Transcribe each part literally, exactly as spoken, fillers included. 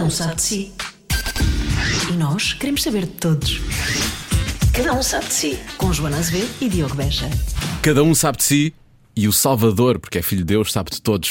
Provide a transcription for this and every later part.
um sabe de si. E nós queremos saber de todos. Cada um sabe de si. Com Joana Azevedo e Diogo Beja. Cada um sabe de si. E o Salvador, porque é filho de Deus, sabe de todos.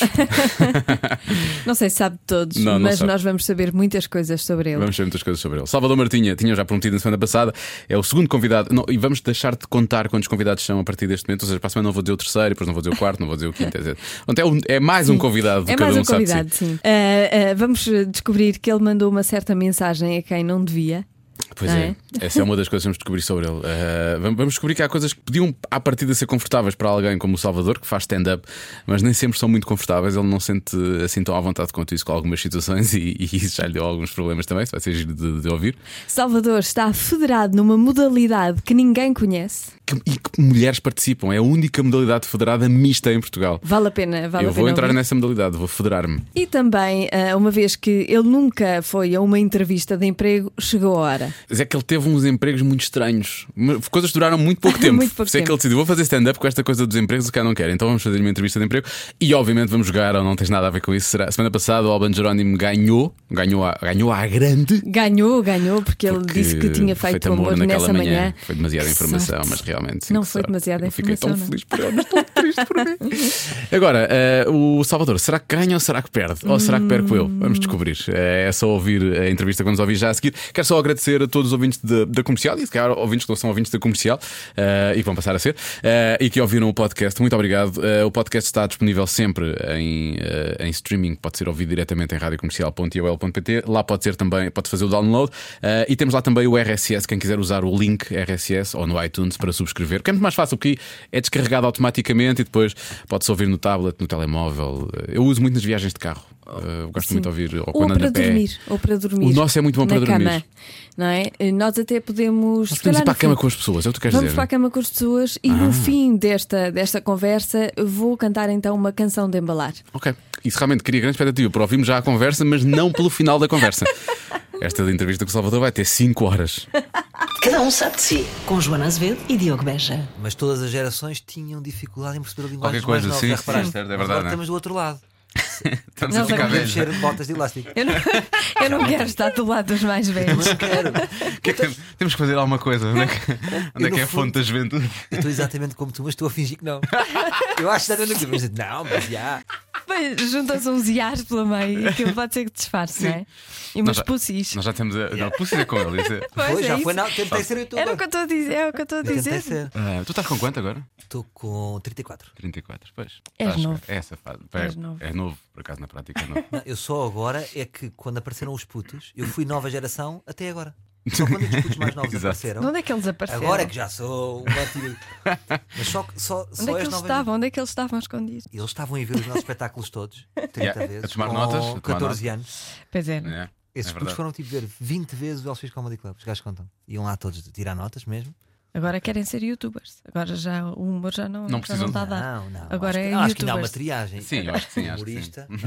Não sei se sabe de todos, não, não mas sabe. Nós vamos saber muitas coisas sobre ele. Vamos saber muitas coisas sobre ele. Salvador Martinha, tinha já prometido na semana passada, é o segundo convidado. Não, e vamos deixar de contar quantos convidados são a partir deste momento. Ou seja, para a semana não vou dizer o terceiro, depois não vou dizer o quarto, não vou dizer o quinto. É, então é, um, é mais sim. um convidado. É cada mais um, um convidado, sabe de si. sim. Uh, uh, vamos descobrir que ele mandou uma certa mensagem a quem não devia. Pois é? é, essa é uma das coisas que vamos descobrir sobre ele. Uh, vamos descobrir que há coisas que podiam à partida ser confortáveis para alguém como o Salvador, que faz stand-up, mas nem sempre são muito confortáveis. Ele não sente assim tão à vontade quanto isso com algumas situações e, e isso já lhe deu alguns problemas também. Isso vai ser giro de, de ouvir. Salvador está federado numa modalidade que ninguém conhece. Que, e que mulheres participam. É a única modalidade federada mista em Portugal. Vale a pena, vale Eu a vou pena entrar ouvir. nessa modalidade, vou federar-me. E também, uma vez que ele nunca foi a uma entrevista de emprego, chegou a hora. Mas é que ele teve uns empregos muito estranhos. Coisas que duraram muito pouco tempo. Muito pouco Sei tempo. que ele decidiu, vou fazer stand-up com esta coisa dos empregos, o que eu não quero. Então vamos fazer uma entrevista de emprego. E obviamente vamos jogar, ou não tens nada a ver com isso. Será? Semana passada o Alban Jerónimo ganhou, ganhou à, ganhou à grande. Ganhou, ganhou, porque, Porque ele disse que tinha feito amor, amor nessa manhã. manhã. Foi demasiada informação, mas realmente sim, não foi sorte. demasiada eu informação. Fiquei tão não. feliz por ele, mas tão triste por mim. Agora, uh, o Salvador, será que ganha ou será que perde? Ou será que perco eu? Vamos descobrir. É só ouvir a entrevista que vamos ouvir já a seguir. Quero só agradecer a todos os ouvintes da, da comercial e se calhar ouvintes que não são ouvintes da comercial uh, e que vão passar a ser uh, e que ouviram o podcast. Muito obrigado. Uh, o podcast está disponível sempre em, uh, em streaming, pode ser ouvido diretamente em rádio comercial ponto i o l ponto p t. Lá pode ser também, pode fazer o download uh, e temos lá também o R S S. Quem quiser usar o link R S S ou no iTunes para subscrever, que é muito mais fácil, porque é descarregado automaticamente e depois pode-se ouvir no tablet, no telemóvel. Eu uso muito nas viagens de carro. Uh, gosto Sim. muito de ouvir. Ou, ou quando para ando a pé. dormir, ou para dormir. O nosso é muito bom na para cama, dormir. não é? Nós até podemos. Nós podemos ir para a cama com as pessoas, é o que tu queres Vamos dizer? para a cama com as pessoas e ah. no fim desta, desta conversa vou cantar então uma canção de embalar. Ok. Isso realmente cria grande expectativa para ouvirmos já a conversa, mas não pelo final da conversa. Esta entrevista com o Salvador vai ter cinco horas. Cada um sabe de si. Com Joana Azevedo e Diogo Beja. Mas todas as gerações tinham dificuldade em perceber a linguagem Qualquer coisa, mais sim, nova, sim, certo, é verdade. Agora não é? estamos do outro lado. Estamos Não, a ficar vamos velhos. Cheiro de botas de elástico. Eu não, eu não quero estar do lado dos mais velhos. Não quero. Que é que tem- temos que fazer alguma coisa. Onde é que, onde é, no que é a fundo- fonte da juventude? Eu estou exatamente como tu, mas estou a fingir que não. Eu acho exatamente que não. Não, mas já. Bem, juntam-se uns iás pela meio e aquilo pode ser que disfarce, não é? E Nós umas já- pussis. Nós já temos a. Não, posso dizer com ele. Isso é- Pois Foi, é já isso. foi, não. Tentei ser youtuber. Era o que eu estou a dizer, é o que eu estou a Eu tentei dizer. ser. Ah, tu estás com quanto agora? Estou com trinta e quatro. trinta e quatro, pois. És Estás- novo. É essa fase. És É, novo. é novo, por acaso, na prática é novo. Não, eu só agora é que quando apareceram os putos, eu fui nova geração até agora. Só quando é que os putos mais novos Exato. apareceram. De onde é que eles apareceram? Agora é que já sou um antigo. Mas só, só, Onde só é que as eles novas. estavam? Onde é que eles estavam escondidos? Eles estavam a ver os nossos espetáculos todos, trinta Yeah, vezes, a tomar com notas, a tomar catorze anos. Pois é. É, Esses é putos verdade. foram tipo ver vinte vezes o L X Comedy Club. Os gajos contam. Iam lá todos tirar notas mesmo. Agora querem ser youtubers. Agora já o humor já não, Não já precisam não está a de- dar. Não, não. Agora acho é que, acho que ainda há uma youtubers. triagem. Sim, eu acho que sim, acho que Humorista, sim. não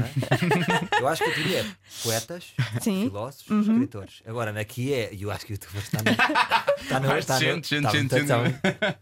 é? Eu acho que a teoria é poetas, Sim. filósofos, Uhum. escritores. Agora, aqui é. Eu acho que o youtuber está no. Está no. Mais Está no. gente, gente, está no- gente, está no- gente.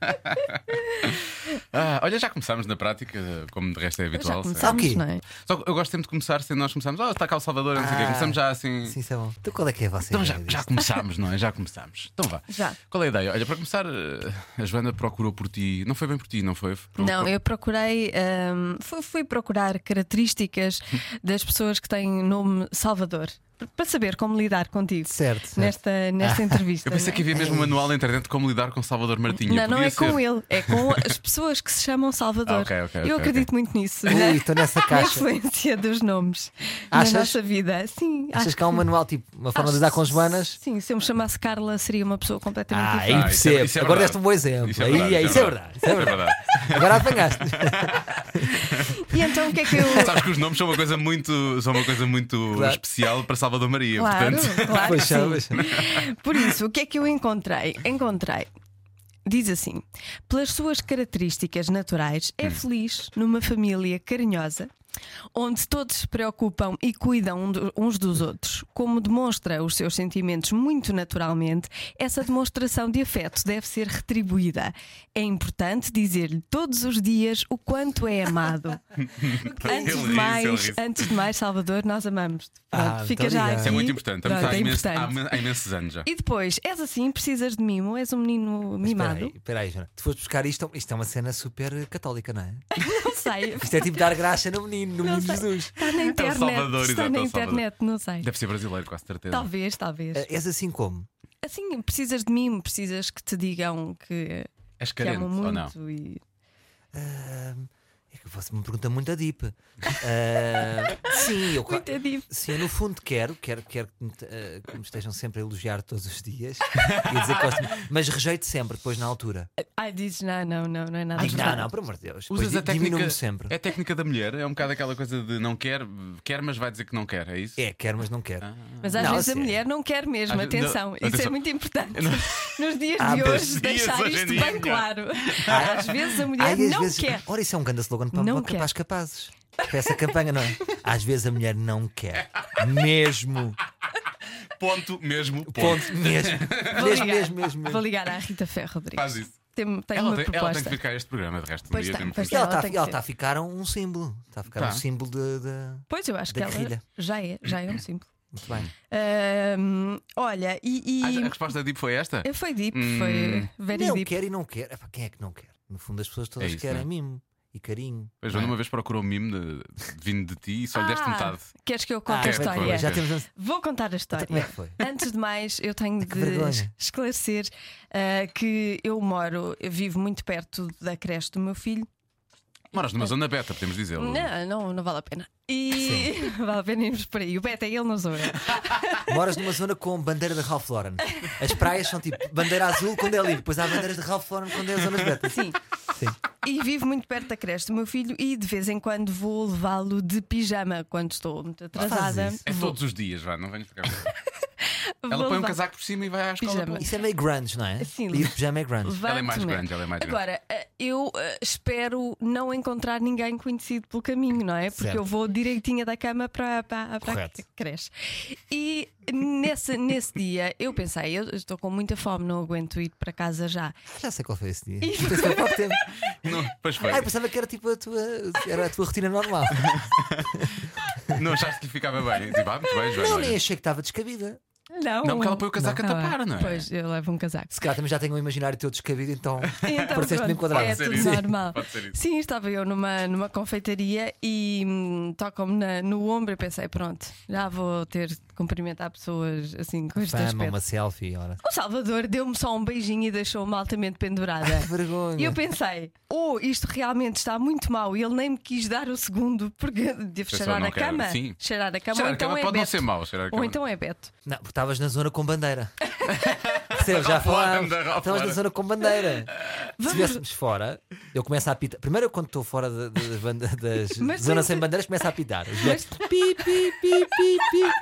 Ah, olha, já começámos na prática, como de resto é Já habitual. começámos, Sabe o quê? não é? Só que eu gosto sempre de começar sendo nós começamos. Oh, está cá o Salvador, não sei o quê. Ah, Começamos já assim. Sim, isso é bom. Então qual é que é a vossa Então já, ideia já disto? começámos, não é? Já começámos. Então vá. Já. Qual é a ideia? Olha, para começar, eh, a Joana procurou por ti. Não foi bem por ti, não foi? Pro- Não, pro- eu procurei, hum, fui, fui procurar características das pessoas que têm nome Salvador para saber como lidar contigo Certo, certo. nesta, nesta entrevista. Eu pensei não é? que havia mesmo um manual na internet de como lidar com Salvador Martinha. Não, não Podia é com ser. ele, é com as pessoas que se chamam Salvador. Ah, ok, ok, eu ok, acredito ok. muito nisso, Ui, na, estou nessa na caixa. influência dos nomes Achas? na nossa vida. Sim, Achas acho que há um manual, tipo, uma forma de lidar com as Joanas? Sim, se eu me chamasse Carla, seria uma pessoa completamente Ah, aí diferente. Ah, isso é- percebo. isso é Agora verdade. deste um bom exemplo. Isso é aí, verdade, aí, isso é verdade. Isso é Isso é verdade. verdade. Agora apanhaste. E então o que é que eu. Sabes que os nomes são uma coisa muito, são uma coisa muito Claro. especial para Salvador Maria. Claro, Portanto, claro que Pois sim. é, pois é. Por isso, o que é que eu encontrei? Encontrei. Diz assim: pelas suas características naturais, é feliz numa família carinhosa, onde todos se preocupam e cuidam uns dos outros, como demonstra os seus sentimentos muito naturalmente, essa demonstração de afeto deve ser retribuída. É importante dizer-lhe todos os dias o quanto é amado. Antes de mais, antes de mais, Salvador, nós amamos. Ah, fica já aqui. Isso é muito importante. Pronto, há, é imenso, há, importante. há imensos anos já. E depois, és assim, precisas de mimo, és um menino mimado. Espera aí, Joana. Tu foste buscar isto, isto é uma cena super católica, não é? Não sei. Isto é tipo dar graxa no menino, no menino Jesus. Está na internet. Salvador, está exato, na é o Salvador. internet, não sei. Deve ser brasileiro, com a certeza. Talvez, talvez. Ah, és assim como? Assim, precisas de mim, precisas que te digam que És te carente amam ou não? muito. E... Ah, é que você me pergunta muito a deep. Ah, sim, eu, Muito é deep. sim, eu no fundo quero, quero, quero que, me, te- ah, que me estejam sempre a elogiar todos os dias e a dizer que gosto, mas rejeito sempre depois na altura. Ai, dizes, não, não, não, não é nada. Digo, não, verdade. não, por amor de Deus. Usas Depois a técnica, diminuo-me sempre. é a técnica da mulher, é um bocado aquela coisa de não quer, quer, mas vai dizer que não quer, é isso? É, quero, mas não quero. Mas às Não, vezes a sério. mulher não quer mesmo, Às vezes- atenção. não, Isso é atenção. muito importante. Nos dias Ah, de mas hoje, dias deixar hoje em isto dia é bem melhor. claro. Às vezes a mulher Ai, às não vezes- quer. Ora, isso é um grande slogan para, Não para, quer. para as capazes. Para essa campanha, não é? Às vezes a mulher não quer. Mesmo. Ponto mesmo. Ponto. Ponto. Mesmo. Vou Mesmo, ligar. mesmo, mesmo. Vou ligar à Rita Ferro Rodrigues. Faz isso. Tem, tem Ela uma tem, ela proposta. tem que vir cá a este programa, de resto. um Pois dia tem, temos pois que- E ela Ela está tem que ela ser. está a ficar um símbolo. Está a ficar Tá. um símbolo de. de- Pois eu acho que Da ela guerrilha. já é, já é um símbolo. Muito bem. Ahm, olha, e. Ah, e... a resposta deep foi esta? Eu Foi deep, Hum. foi very Não deep. quer e não quer. Epá, quem é que não quer? No fundo, as pessoas todas É isso, querem não é? mimo e carinho. A Joana uma vez procurou um mimo de, de- vindo de ti e só lhe deste Ah, metade. Queres que eu conte Ah, a quero, história? por favor. já temos. Vou contar a história. Como é que foi? Antes de mais, eu tenho Que de vergonha. es- esclarecer ah, que eu moro, eu vivo muito perto da creche do meu filho. Moras numa zona beta, podemos dizê-lo. Não, não, não vale a pena. E vale a pena irmos por aí. O Beto é ele, não sou eu. Moras numa zona com bandeira de Ralph Lauren. As praias são tipo bandeira azul quando é livre, depois há bandeiras de Ralph Lauren quando é a zona de beta. Sim. Sim. E vivo muito perto da creche do meu filho e de vez em quando vou levá-lo de pijama quando estou muito atrasada. isso. É Vou- todos os dias, vá, não venhas para cá. Ela vou põe um levar- casaco por cima e vai à escola. Pijama. pô. Isso é meio grunge, não é? Sim. Ir de pijama é grunge. Ela é mais Levanto-me. grande, ela é mais grande. Agora, eh, eu eh, espero não encontrar ninguém conhecido pelo caminho, não é? Porque Certo. eu vou direitinha da cama para, para, para a Correto. creche. E nesse, nesse dia eu pensei, eu estou com muita fome, não aguento ir para casa já. Já sei qual foi esse dia. Isso foi há pouco tempo. Não, pois foi. Ah, eu pensava que era tipo a tua, era a tua rotina normal. Não achaste que lhe ficava bem? Tipo, ah, muito bem, Joana. Não, olha. nem achei que estava descabida. Não, Não, porque ela põe o casaco a Tá bem. tapar, não é? Pois, eu levo um casaco. Se calhar também já tenho um imaginário teu descabido, então, Então, pareceste-me pronto, enquadrado. é Pode ser tudo isso. normal. Pode ser isso. Sim, estava eu numa, numa confeitaria e hum, tocam-me na- no ombro e pensei, pronto, já vou ter de cumprimentar pessoas assim com este Fama, aspecto. uma selfie, ora. O Salvador deu-me só um beijinho e deixou-me altamente pendurada. Que vergonha. E eu pensei, ou isto realmente está muito mal e ele nem me quis dar o segundo porque devo Pessoa cheirar não a quer, cama. sim. Cheirar a cama, Cheirar ou a então cama é pode Beto. não ser mau, cheirar a Ou cama. então é Beto. Não, porque estavas na zona com bandeira. Percebes? Já Ralph Lauren, falámos. da Ralph Estavas na Lauren. zona com bandeira. Se Vamos- estivéssemos fora, eu começo a apitar. Primeiro, eu, quando estou fora de- de- das, banda- das Mas zonas tem- sem bandeiras, começo a apitar. Os bilhetes, pi, pi, pi, pi,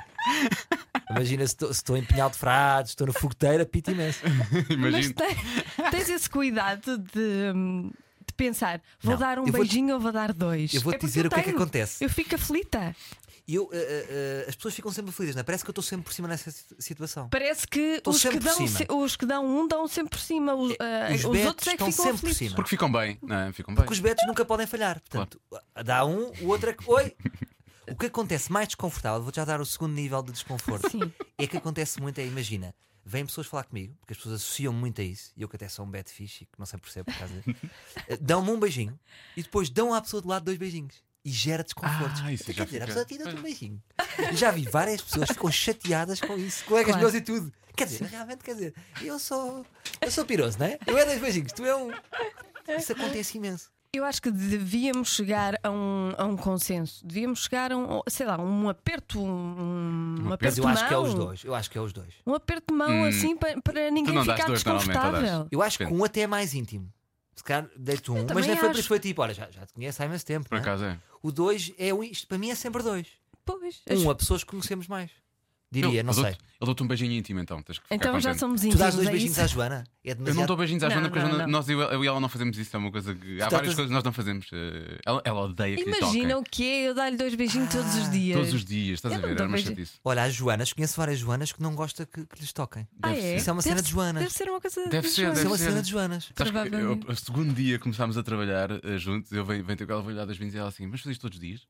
pi. Imagina se estou- se estou em Pinhal de Frades, estou no fogueteiro, apito imenso. Mas Imagino. tem- tens esse cuidado de, hum, de pensar, vou Não, dar um eu vou-te- beijinho ou vou dar dois? eu vou-te É porque dizer eu o que é que tenho. acontece. Eu fico aflita. E eu, eh, eh, eh, as pessoas ficam sempre felizes, não é? Parece que eu estou sempre por cima nessa situ- situação. Parece que Estou os que, sempre por dão, cima. se- os que dão um dão sempre por cima. Os, ah, Os os betos outros é que estão ficam sempre por aflitos. cima. Porque ficam bem, não é? Ficam bem. Porque os betos nunca podem falhar. Portanto, dá um, o outro é que. Oi! O que acontece mais desconfortável, vou já dar o segundo nível de desconforto. Sim. É que acontece muito, é, imagina, vêm pessoas falar comigo, porque as pessoas associam muito a isso, e eu que até sou um bad fish e que não sei perceber por causa disso, eh, dão-me um beijinho e depois dão à pessoa do lado dois beijinhos. E gera desconforto. Ah, isso Então, já quer dizer, a fica- pessoa tira-te um beijinho. E já vi várias pessoas que ficam chateadas com isso, colegas Claro. meus e tudo. Quer dizer, realmente, quer dizer, eu sou. Eu sou piroso, não é? Eu é dois beijinhos, tu é um. Isso acontece imenso. Eu acho que devíamos chegar a um, a um consenso. Devíamos chegar a um, sei lá, um aperto, um, um Mas aperto eu de acho mão. que é os dois. Eu acho que é os dois. Um aperto de mão assim para, para ninguém não dás ficar dois, normalmente, ou dás? desconfortável. Eu acho que Depende. um até é mais íntimo. Se calhar deito um, mas também nem foi por acho. isso, foi tipo, olha, já, já te conheço há imenso tempo. Por não é? acaso é. O dois é um, isto para mim é sempre dois. Pois. Um, a pessoas que conhecemos mais. Diria, não Ele sei. dou-te- Ele dou-te um beijinho íntimo, então. Tens que ficar Então já contente. somos Tu íntimos. dás dois é beijinhos isso? à Joana? É Eu não demasiado. dou beijinhos à Não, Joana porque a não, Joana- não. nós, eu, eu e ela não fazemos isso. É uma coisa que. Há Tu várias tratas- coisas que nós não fazemos. Eh, Ela, ela odeia que lhe Imagina toquem. o que é eu dar-lhe dois beijinhos todos os dias. Todos os dias, estás Eu a não ver? dou Era uma beijinho. chatice. Olha, as Joanas, conheço várias Joanas que não gosta que, que lhes toquem. Ah, Deve é? ser. Isso é uma cena Deve- de Joanas. Deve ser uma coisa Deve de ser, Joanas. Isso é uma ser. cena de Joanas. Sabes que eu, Provavelmente. o segundo dia que começámos a trabalhar eh, juntos, eu venho, venho ter com ela, vou-lhe dar dois beijinhos e ela assim, mas fazes todos os dias?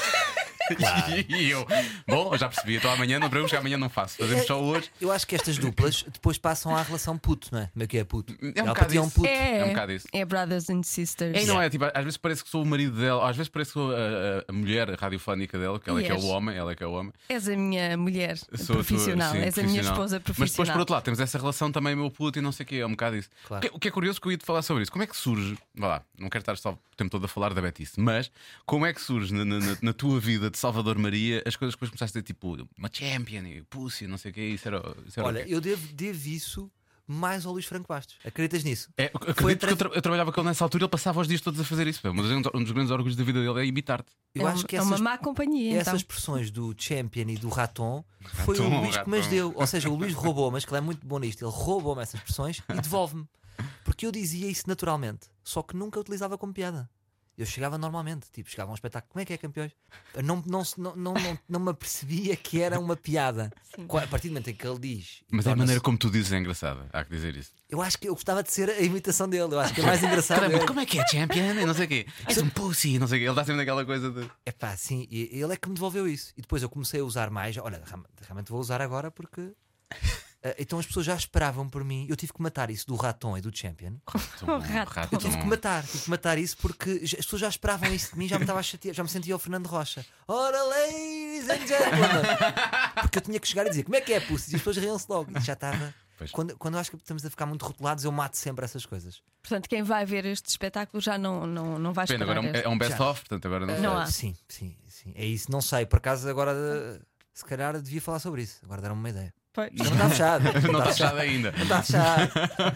E eu, bom, eu já percebi, então amanhã não preocupes que amanhã não faço, fazemos só hoje. Eu acho que estas duplas depois passam à relação puto, não é? Como é que é puto? É um Ela bocado patia um isso. puto. É, É um bocado isso. é brothers and sisters. É, e não é, tipo, às vezes parece que sou o marido dela, às vezes parece que sou a, a- a mulher radiofónica dela, que ela é que é Yes. o homem, ela é que é o homem. És a minha mulher Sou a tua- profissional, sim, és a minha profissional. esposa Mas depois, profissional. por outro lado, temos essa relação também, meu puto e não sei o quê, é um bocado isso. Claro. O, que, o que é curioso que eu ia te falar sobre isso, como é que surge, vá lá, não quero estar só o tempo todo a falar da Betice, mas como é que surge na, na- na- na tua vida de Salvador Maria as coisas que depois começaste a dizer, tipo, uma champion e pussy, não sei o quê, isso era, isso era o Olha, quê? eu devo, devo isso mais ao Luís Franco Bastos. Acreditas nisso? É, eu acredito Foi que eu, tra- eu trabalhava com ele nessa altura, ele passava os dias todos a fazer isso. Um dos, um dos grandes orgulhos da vida dele é imitar-te. Eu é, acho um- que é essas, uma má companhia. Então. essas expressões do Champion e do Raton foi o Raton, Luís que me as Raton. deu. Ou seja, o Luís roubou, mas que ele é muito bom nisto. Ele roubou-me essas expressões e devolve-me. Porque eu dizia isso naturalmente, só que nunca utilizava como piada. Eu chegava normalmente, tipo, chegava a um espetáculo, como é que é, campeões? Eu não, não, não, não, não, não me apercebia que era uma piada. Sim. A partir do momento em que ele diz. Mas a torna-se- maneira como tu dizes é engraçada, há que dizer isso. Eu acho que eu gostava de ser a imitação dele. Eu acho que é mais engraçado. Caramba, é- como é que é champion? E não sei o quê. És um pussy, não sei o quê. Ele dá sempre naquela coisa de. É pá, sim, e ele é que me devolveu isso. E depois eu comecei a usar mais. Olha, realmente, realmente vou usar agora porque. ah, então as pessoas já esperavam por mim. Eu tive que matar isso do Raton e do Champion. Raton, rato. Eu tive que matar, tive que matar isso porque já- as pessoas já esperavam isso de mim, já me estava a chatear, já me sentia o Fernando Rocha. Ora, ladies and gentlemen! Porque eu tinha que chegar e dizer como é que é, pussy? E as pessoas riam-se logo. Isso já estava. Pois. Quando, quando eu acho que estamos a ficar muito rotulados, eu mato sempre essas coisas. Portanto, quem vai ver este espetáculo já não, não, não vai Pena, esperar. agora é um- este. é um best-of, portanto agora não sei. Não há. Sim, sim, sim. É isso, não sei. Por acaso agora. eh, Se calhar devia falar sobre isso. Agora deram-me uma ideia. Pois. Isto não está fechado. Não está fechado ainda. Não está fechado.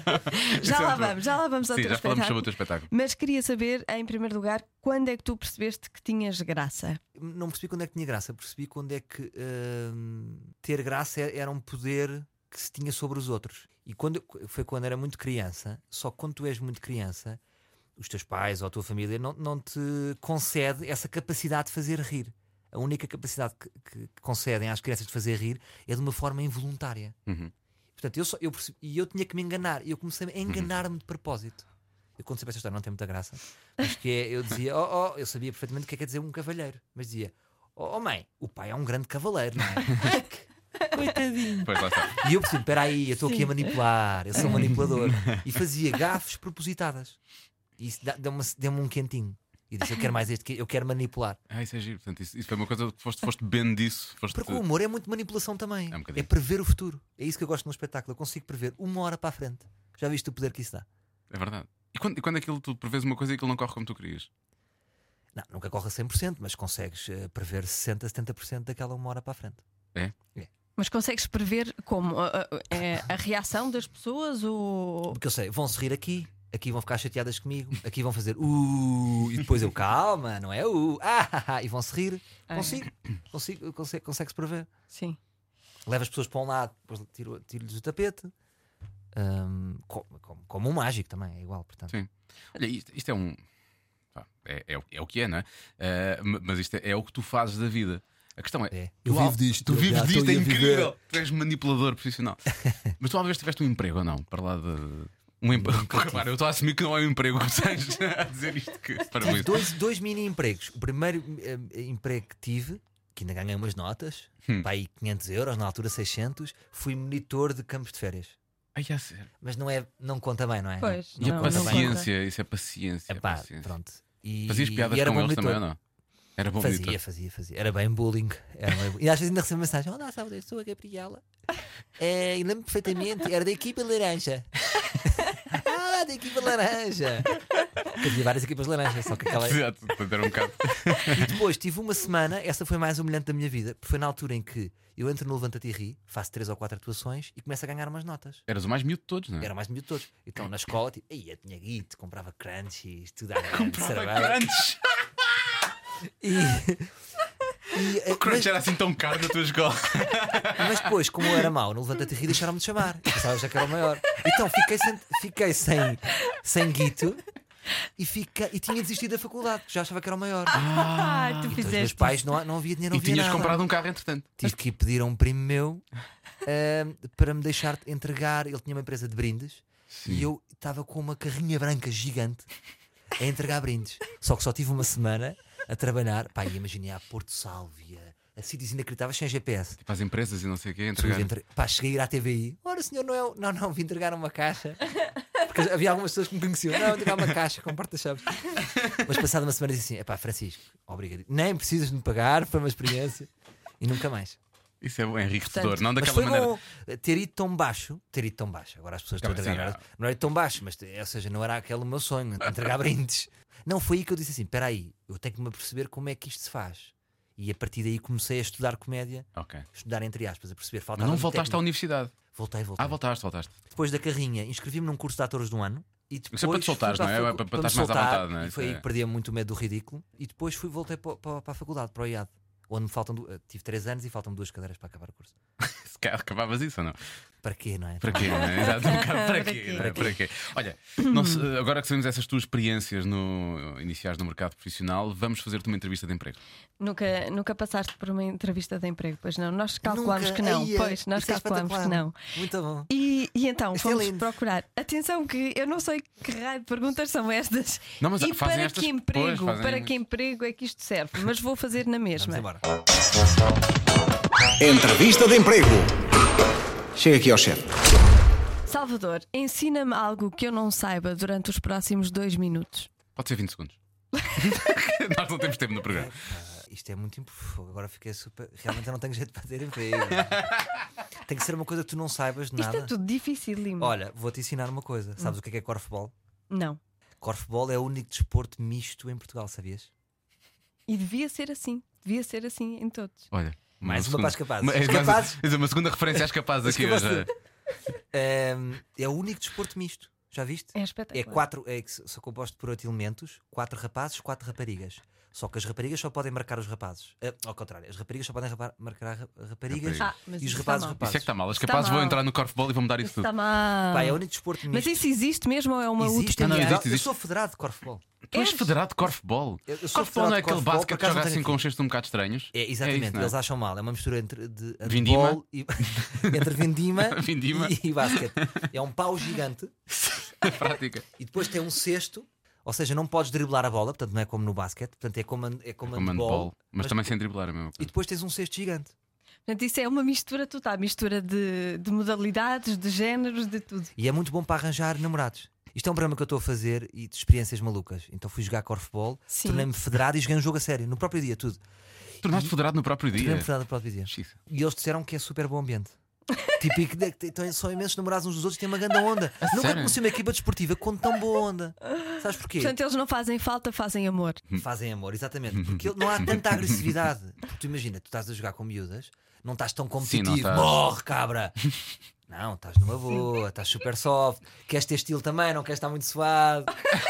Já lá vamos, já lá vamos ao Sim, teu já falamos sobre o espetáculo. teu espetáculo. Mas queria saber, em primeiro lugar, quando é que tu percebeste que tinhas graça? Não percebi quando é que tinha graça. Percebi quando é que hum, ter graça era um poder que se tinha sobre os outros. E quando, foi quando era muito criança. Só que quando tu és muito criança, os teus pais ou a tua família não, não te concede essa capacidade de fazer rir. A única capacidade que, que- que concedem às crianças de fazer rir é de uma forma involuntária. Uhum. Portanto, eu, só, eu percebi, e eu tinha que me enganar. E eu comecei a enganar-me de propósito. Eu quando sempre esta história não tem muita graça. Mas que é, eu dizia, oh, oh, eu sabia perfeitamente o que é que quer dizer um cavalheiro. Mas dizia, oh, oh mãe, o pai é um grande cavaleiro, não é? Coitadinho. Pois lá está. E eu percebi, espera aí, eu estou aqui a manipular, eu sou um manipulador. E fazia gafes propositadas. E isso dá- deu-me deu-me um quentinho. E disse, eu quero mais este, eu quero manipular. Ah, isso é giro. Portanto, isso, isso foi uma coisa que foste, foste bem disso. Foste... Porque o humor é muito manipulação também. É um bocadinho. É prever o futuro. É isso que eu gosto no espetáculo. Eu consigo prever uma hora para a frente. Já viste o poder que isso dá? É verdade. E quando, e quando aquilo tu prevês uma coisa e aquilo não corre como tu querias? Não, nunca corre a cem por cento, mas consegues eh, prever sessenta, setenta por cento daquela uma hora para a frente. É? Mas consegues prever como? A, a- é a reação das pessoas ou. Porque eu sei, vão se rir aqui, aqui vão ficar chateadas comigo, aqui vão fazer uh, e depois eu, calma, não é uh, ah, ah, ah, e vão se rir. Ah, Consigo, consigo, consigo consegue-se prever. Sim. Leva as pessoas para um lado, depois tiro- tiro-lhes o tapete. Ahm, co- como, como um mágico também, é igual, portanto. Sim. Olha, isto, isto é um. pá, É, é, o- é o que é, não é? Eh, ma- mas isto é, é o que tu fazes da vida. A questão é. É. tu Eu al- vivo disto, Tu eu vives já disto, estou é a viver. incrível. Tu és manipulador profissional. Mas tu alguma vez tiveste um emprego ou não? Para lá de. Um emprego. Repara, eu estou a assumir que não é um emprego que tens a dizer isto. Que, para Tive mim. dois, dois mini empregos. O primeiro eh, emprego que tive, que ainda ganhei umas notas, Hum. para aí quinhentos euros, na altura seiscentos, fui monitor de campos de férias. Ai, a sério. Mas não, é, não conta bem, não é? Pois, não, E a não, conta não bem. paciência, isso é paciência. É é pá, paciência. pronto. E, Fazias piadas e era com bom eles monitor. também ou não? Era bom Fazia, monitor. fazia, fazia. Era bem bullying. Era bem... E às vezes ainda recebo mensagem: olá, sabe, eu sou a Gabriela. É, e lembro perfeitamente, era da equipa laranja. Ah, da equipa laranja. Porque havia várias equipas laranjas, só que aquela. Exato, portanto, era um bocado. E depois tive uma semana, essa foi mais humilhante da minha vida, porque foi na altura em que eu entro no Levanta-te e Ri, faço três ou quatro atuações e começo a ganhar umas notas. Eras o mais miúdo de todos, não é? Era mais miúdo de todos. Então na escola, tipo, aí eu tinha guito, comprava crunchies, tudo à grande, Comprava cerveja. grandes. E, E, eh, O crunch mas, era assim tão caro na tua escola. mas depois, como eu era mau, no Levanta-te e Ri, deixaram-me de chamar. Eu pensava já que era o maior. Então fiquei sem, fiquei sem, sem guito e, fica, e tinha desistido da faculdade, porque já achava que era o maior. Ah, tu Então, os fizeste. meus pais não, não havia dinheiro, não E havia tinhas nada. comprado um carro entretanto. Tive que ir pedir a um primo meu ah, para me deixar entregar. Ele tinha uma empresa de brindes e eu estava com uma carrinha branca gigante a entregar brindes. Só que só tive uma semana a trabalhar. Pá, e imaginei a Porto Sálvia, a sítios inacreditáveis sem G P S. Para as empresas e não sei o quê, Fui entregar. entre... Pá, cheguei a ir à T V I. Ora, senhor Noel, não, não, vim entregar uma caixa. Porque havia algumas pessoas que me conheciam. Não, entregar uma caixa com porta-chaves. Mas passada uma semana disse assim: epá, Francisco, obrigado. Nem precisas de me pagar, foi uma experiência. E nunca mais. Isso é bom, é enriquecedor, Portanto, não Mas daquela foi maneira. bom ter ido tão baixo. Ter ido tão baixo. Agora as pessoas estão a Sim, entregar. é. Não era tão baixo, mas ou seja, não era aquele o meu sonho, entregar brindes. Não, foi aí que eu disse assim: espera aí, eu tenho que me aperceber como é que isto se faz. E a partir daí comecei a estudar comédia. Ok. Estudar entre aspas, a perceber. Mas Faltava não voltaste à técnica. universidade. Voltei, voltei. Ah, voltaste, voltaste. Depois da carrinha, inscrevi-me num curso de atores de um ano. E depois Isso é para te soltares, fui não é? a É facu- para- para me estares mais à soltar, vontade, não é? E foi Isso aí é. que perdia muito o medo do ridículo. E depois fui, voltei para, para, para a faculdade, para o I A D. Onde me faltam. du- Tive três anos e faltam duas cadeiras para acabar o curso. Se calhar acabavas isso ou não? Para quê, não é? Para quê? Não é? Exato, um bocado para Para quê? quê? não é? Para quê? Olha, não se- agora que sabemos essas tuas experiências no, iniciais no mercado profissional, vamos fazer-te uma entrevista de emprego. Nunca, nunca passaste por uma entrevista de emprego, pois não? Nós calculamos Nunca. que não. Ai, é. Pois, nós Isto é calculamos que espetacular. não. Muito bom. E, e então Isto é fomos lindo. procurar. Atenção, que eu não sei que raio de perguntas são estas. Não, mas e fazem para estas- que emprego? pois, fazem para muito. que emprego é que isto serve? Mas vou fazer na mesma. Vamos embora. Entrevista de emprego. Chega aqui ao chefe. Salvador, ensina-me algo que eu não saiba durante os próximos dois minutos. Pode ser vinte segundos. Nós não temos tempo no programa. Ah, isto é muito importante. Agora fiquei super. Realmente eu não tenho jeito para ter emprego. Tem que ser uma coisa que tu não saibas de Isto nada. é tudo dificílimo. Olha, vou-te ensinar uma coisa. Sabes o que é, que é corfball? Não. Corfball é o único desporto misto em Portugal, sabias? E devia ser assim. Devia ser assim em todos. Olha, Mais uma segunda- para as capazes. Uma, é Os mais- capazes? é uma segunda referência às capazes Os aqui capazes. hoje. Ahm, é o único desporto misto. Já viste? É É espetacular. quatro, é que são composto por oito elementos, quatro rapazes, quatro raparigas. Só que as raparigas só podem marcar os rapazes. Ah, ao contrário, as raparigas só podem rapa- marcar ra- raparigas Ah, mas e os isso rapazes está mal. rapazes. Isso é que está mal. As Está capazes vão mal. entrar no corfball e vão mudar isso Isso está tudo. mal. Pá, é o único desporto misto. Mas isso existe mesmo ou é uma existe, utopia? não, aliás. existe, existe. Eu sou federado de corfball. Tu és És? federado de corfball. Eu- eu sou Corfball não é federado de aquele corfball, basquete por que acaso joga não tenho assim com aqui. cestos um bocado estranhos? É, exatamente, isso, não é? eles acham mal. É uma mistura entre de Vindima. handball e entre vindima, Vindima. E, e basquete. É um pau gigante Na prática. e depois tem um cesto, ou seja, não podes driblar a bola, portanto não é como no basquete, portanto é como, é como Como handball, handball. Mas mas- também sem driblar a mesma e coisa. depois tens um cesto gigante. Portanto, isso é uma mistura total. Mistura de, de modalidades, de géneros, de tudo. E é muito bom para arranjar namorados. Isto é um programa que eu estou a fazer e de experiências malucas. Então fui jogar corfball, Sim. tornei-me federado e joguei um jogo a sério, no próprio dia, tudo. Tornaste federado no próprio dia. Tornei-me federado no próprio dia. Xiça. E eles disseram que é super bom ambiente. Típico, de- de- então são imensos namorados uns dos outros e têm uma grande onda. Nunca sério? conheci uma equipa desportiva com tão boa onda. Sabes porquê? Portanto, eles não fazem falta, fazem amor. Fazem amor, exatamente. Porque ele- não há tanta agressividade. Porque tu imagina, tu estás a jogar com miúdas, não estás tão competitivo, não estás. morre, cabra. Não, estás numa boa, estás super soft, queres ter estilo também, não queres estar muito suave.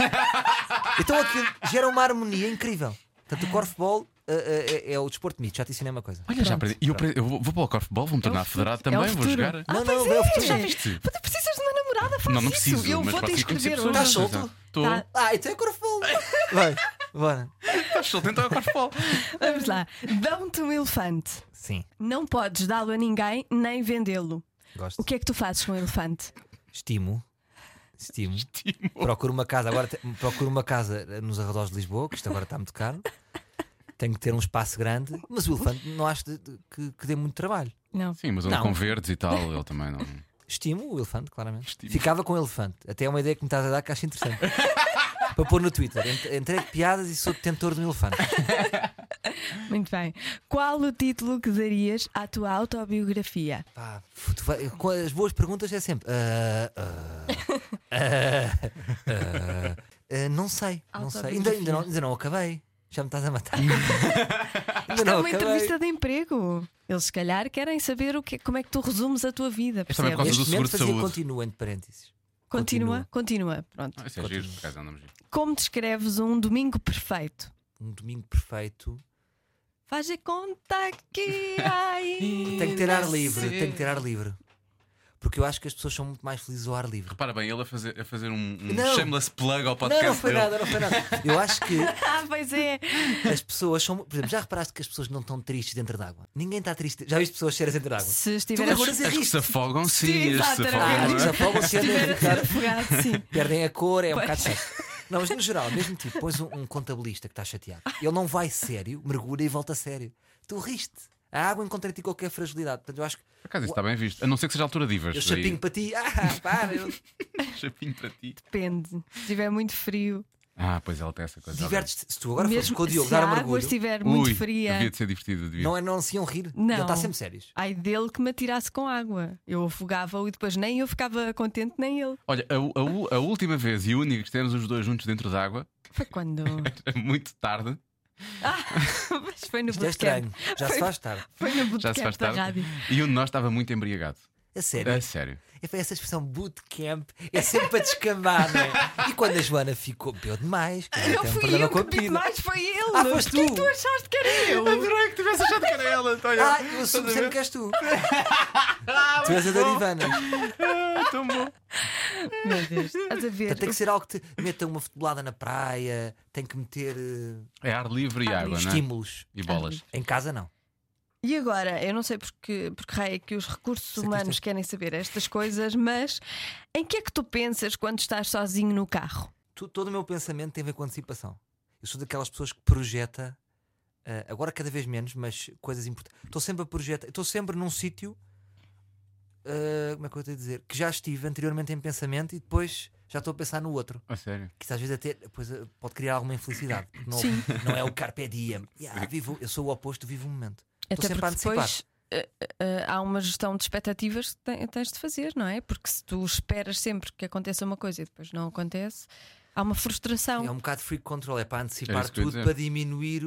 Então aquilo gera uma harmonia incrível. Portanto, o corfball uh, uh, é, é o desporto misto, já te ensinei uma coisa. Olha, já aprendi. E eu, apre- eu vou, vou para o corfball, vou-me tornar futuro. federado É o também, vou futuro. jogar. Ah, Não, pois não, é, é o futuro. Já é. viste? Mas tu precisas de uma namorada, faz Não, não isso. preciso. Eu mas vou-te posso ir conhecer inscrever pessoas. hoje. Estás solto? Estou. Tá. Ah, então é corfball. Vai, bora. Estás solto, então é corfball. Vamos lá. Dão-te um elefante. Sim, Não podes dá-lo a ninguém nem vendê-lo. gosto. O que é que tu fazes com o elefante? Estimo. Estimo. Procuro uma casa, agora te- procuro uma casa nos arredores de Lisboa, que isto agora está muito caro. Tenho que ter um espaço grande, mas o elefante não acho de- de- que, que dê muito trabalho. Não. Sim, mas anda Não. com verdes e tal, ele também não. Estimo o elefante, claramente. Estimo. Ficava com o elefante. Até é uma ideia que me estás a dar que acho interessante. Para pôr no Twitter. Ent- Entregue piadas e sou detentor de um elefante. Muito bem. Qual o título que darias à tua autobiografia? Pá, fu- tu vai- com as boas perguntas é sempre. ah, ah, ah, ah, ah, não sei, não sei. Ainda, ainda, não, ainda não acabei. Já me estás a matar. Ainda Isto é não uma acabei. entrevista de emprego. Eles, se calhar, querem saber o que, como é que tu resumes a tua vida. Esta também é por percebes? causa do Neste seguro momento de fazia saúde. continua entre parênteses. Continua, continua. Pronto. Ah, isso é giro, por acaso andamos giro. Como descreves um domingo perfeito? Um domingo perfeito. Faz a conta que aí. Tem que ter ar livre, tem que ter ar livre. Porque eu acho que as pessoas são muito mais felizes ao ar livre. Repara bem, ele a fazer, a fazer um, um Não. shameless plug ao podcast. Não, não foi dele. nada, não foi nada. Eu acho que Ah, pois é. as pessoas são. Por exemplo, já reparaste que as pessoas não estão tristes dentro d'água? Ninguém está triste. Já viste pessoas sérias dentro d'água? Se Tu estiver agora a dizer As que isto. se afogam, sim. Sim, as que exato, se era afogam. Ah, não diz é? a fogo, se estiver a andam a ser ficar- afogado, sim. perdem a cor, é um bocado chato. Não, mas no geral, mesmo tipo, pões um, um contabilista que está chateado, ele não vai sério, mergulha e volta a sério. Tu riste. A água encontra em ti qualquer fragilidade. Portanto, eu acho que Por acaso isso está bem visto. A não ser que seja a altura divas. eu chapinho para ti. Ah, para. Eu... Chapinho para ti. Depende. Se estiver muito frio. Ah, pois ela tem essa coisa. Divertes-te. Se tu agora fores Mesmo com o Diogo se dar a um água mergulho, estiver muito Ui, fria. devia de ser divertido. Devia. não, é, não se iam rir. Não. Ele está sempre sério. Ai dele que me atirasse com água. Eu afogava-o e depois nem eu ficava contente, nem ele. Olha, a, a- a última vez e única que estivemos os dois juntos dentro d'água, Foi quando. era muito tarde, Ah, mas foi no Isto é bootcamp. estranho. Já se faz tarde. Foi no já se bootcamp faz da tarde, rádio. e um de nós estava muito embriagado. A sério. A sério. É essa expressão bootcamp é sempre para descambar, não é? E quando a Joana ficou, bebeu demais, que Não tem um fui problema eu com a que bebi pila. mais, foi ele. Ah, foste Porquê tu. que tu achaste que era eu? Adorei que tivesse achado que era ela. Então, olha. Ah, eu assumo sempre que és tu. Tu és a Darivana. Tão bom. Meu Deus. Estás a ver? Portanto, tem que ser algo que te meta uma futebolada na praia, tem que meter eh, É ar livre e água, não é? estímulos. E bolas. Em casa, não. E agora, eu não sei porque, porque raio é que os recursos Sei que humanos isto é- querem saber estas coisas, mas em que é que tu pensas quando estás sozinho no carro? Tu- todo o meu pensamento tem a ver com antecipação. Eu sou daquelas pessoas que projeta, eh, agora cada vez menos, mas coisas importantes. Estou sempre a projetar, estou sempre num sítio, eh, como é que eu estou a dizer? Que já estive anteriormente em pensamento e depois já estou a pensar no outro. A sério. Que isso às vezes até depois, eh, pode criar alguma infelicidade. Porque não, Sim. não é o carpe diem. Yeah, vivo, eu sou o oposto, vivo o momento. Estou Até sempre a porque antecipar. depois eh, eh, há uma gestão de expectativas que te- tens de fazer, não é? Porque se tu esperas sempre que aconteça uma coisa e depois não acontece, há uma frustração. É um bocado free control, é para Era antecipar isso que eu ia tudo, dizer. para diminuir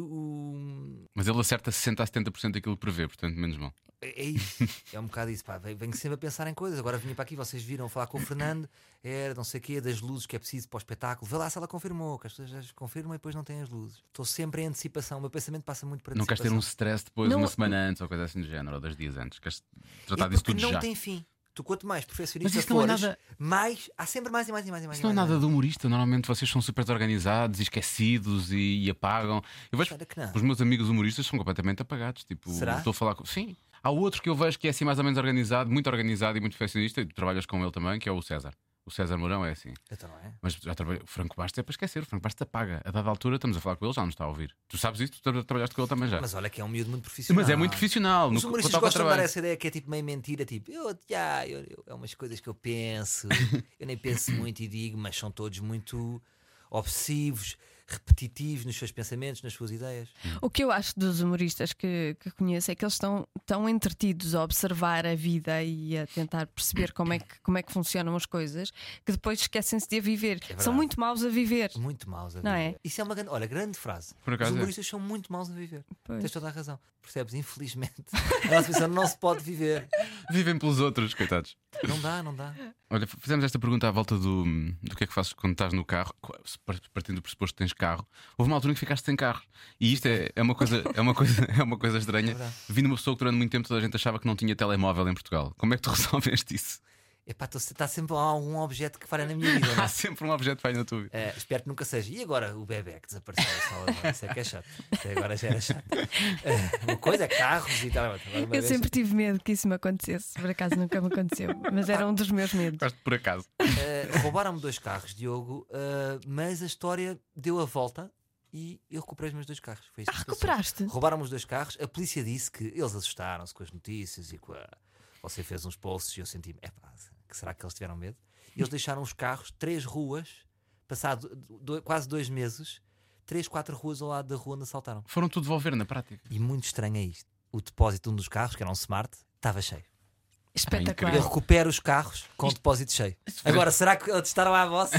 o. Mas ele acerta sessenta a setenta por cento daquilo que prevê, portanto, menos mal. É é isso, é um bocado isso. Pá. Venho venho sempre a pensar em coisas. Agora vinha para aqui, vocês viram falar com o Fernando, era não sei o quê, das luzes que é preciso para o espetáculo. Vê lá se ela confirmou, que as pessoas já confirmam e depois não têm as luzes. Estou sempre em antecipação, o meu pensamento passa muito para Não queres ter antecipação. um stress depois, Não- uma semana antes ou coisa assim do género, ou dois dias antes. Queres tratar É disso porque tudo não já. tem fim. Tu quanto mais perfeccionista Mas isso não é fores, nada- mais há sempre mais e mais e mais e mais. Isso não é e mais, nada e de mais. humorista. Normalmente vocês são super organizados e esquecidos e, e apagam. Eu vejo Espera que não. os meus amigos humoristas são completamente apagados. Tipo, Será? estou a falar com. Sim. Há outro que eu vejo que é assim mais ou menos organizado, muito organizado e muito perfeccionista, e tu trabalhas com ele também, que é o César. O César Mourão é assim. Então não é? Mas já trabalhei. O Franco Bastos é para esquecer. O Franco Bastos apaga. A dada altura estamos a falar com ele, já não está a ouvir. Tu sabes isso? Tu tra- trabalhaste com ele também já. Mas olha que é um miúdo muito profissional. Mas é muito profissional. Os no- humoristas quanto ao gostam de dar trabalho. essa ideia que é tipo meio mentira, tipo, eu, já, eu, eu- é umas coisas que eu penso, eu nem penso muito e digo, mas são todos muito obsessivos, repetitivos nos seus pensamentos, nas suas ideias. O que eu acho dos humoristas que, que conheço é que eles estão tão entretidos a observar a vida e a tentar perceber como é que, como é que funcionam as coisas que depois esquecem-se de a viver. verdade. São muito maus a viver. Muito maus a Não viver. é? Isso é uma grande, olha, grande frase. Por acaso Os é. humoristas são muito maus a viver. Pois. Tens toda a razão. Percebes? Infelizmente, a nossa visão não se pode viver. Vivem pelos outros, coitados. Não dá, não dá. Olha, fizemos esta pergunta à volta do, do que é que fazes quando estás no carro, partindo do pressuposto que tens carro. Houve uma altura em que ficaste sem carro. E isto é, é, uma, coisa, é, uma, coisa, é uma coisa estranha. verdade. Vindo uma pessoa que durante muito tempo toda a gente achava que não tinha telemóvel em Portugal. Como é que tu resolveste isso? Epá, está sempre algum objeto que falha na minha vida. Não é? Há sempre um objeto falho na tua vida. Eh, espero que nunca seja. E agora o bebê que desapareceu? Só agora. Isso é que é chato. Isso agora já era chato. Eh, uma coisa é carros e tal. Agora o bebê Eu sempre tive medo que isso me acontecesse. Por acaso nunca me aconteceu. Mas era um dos meus medos. Gosto por acaso. Uh, roubaram-me dois carros, Diogo, uh, mas a história deu a volta e eu recuperei os meus dois carros. Foi isso Ah, que se passou. recuperaste? Roubaram-me os dois carros. A polícia disse que eles assustaram-se com as notícias e com a... Você fez uns posts e eu senti-me, epá, que será que eles tiveram medo? E eles deixaram os carros, três ruas, passado do- quase dois meses, três, quatro ruas ao lado da rua onde assaltaram. Foram tudo devolver na prática. E muito estranho é isto. O depósito de um dos carros, que era um Smart, estava cheio. Espetacular. Eu recupero os carros com o depósito cheio. Agora, será que eles estaram à vossa?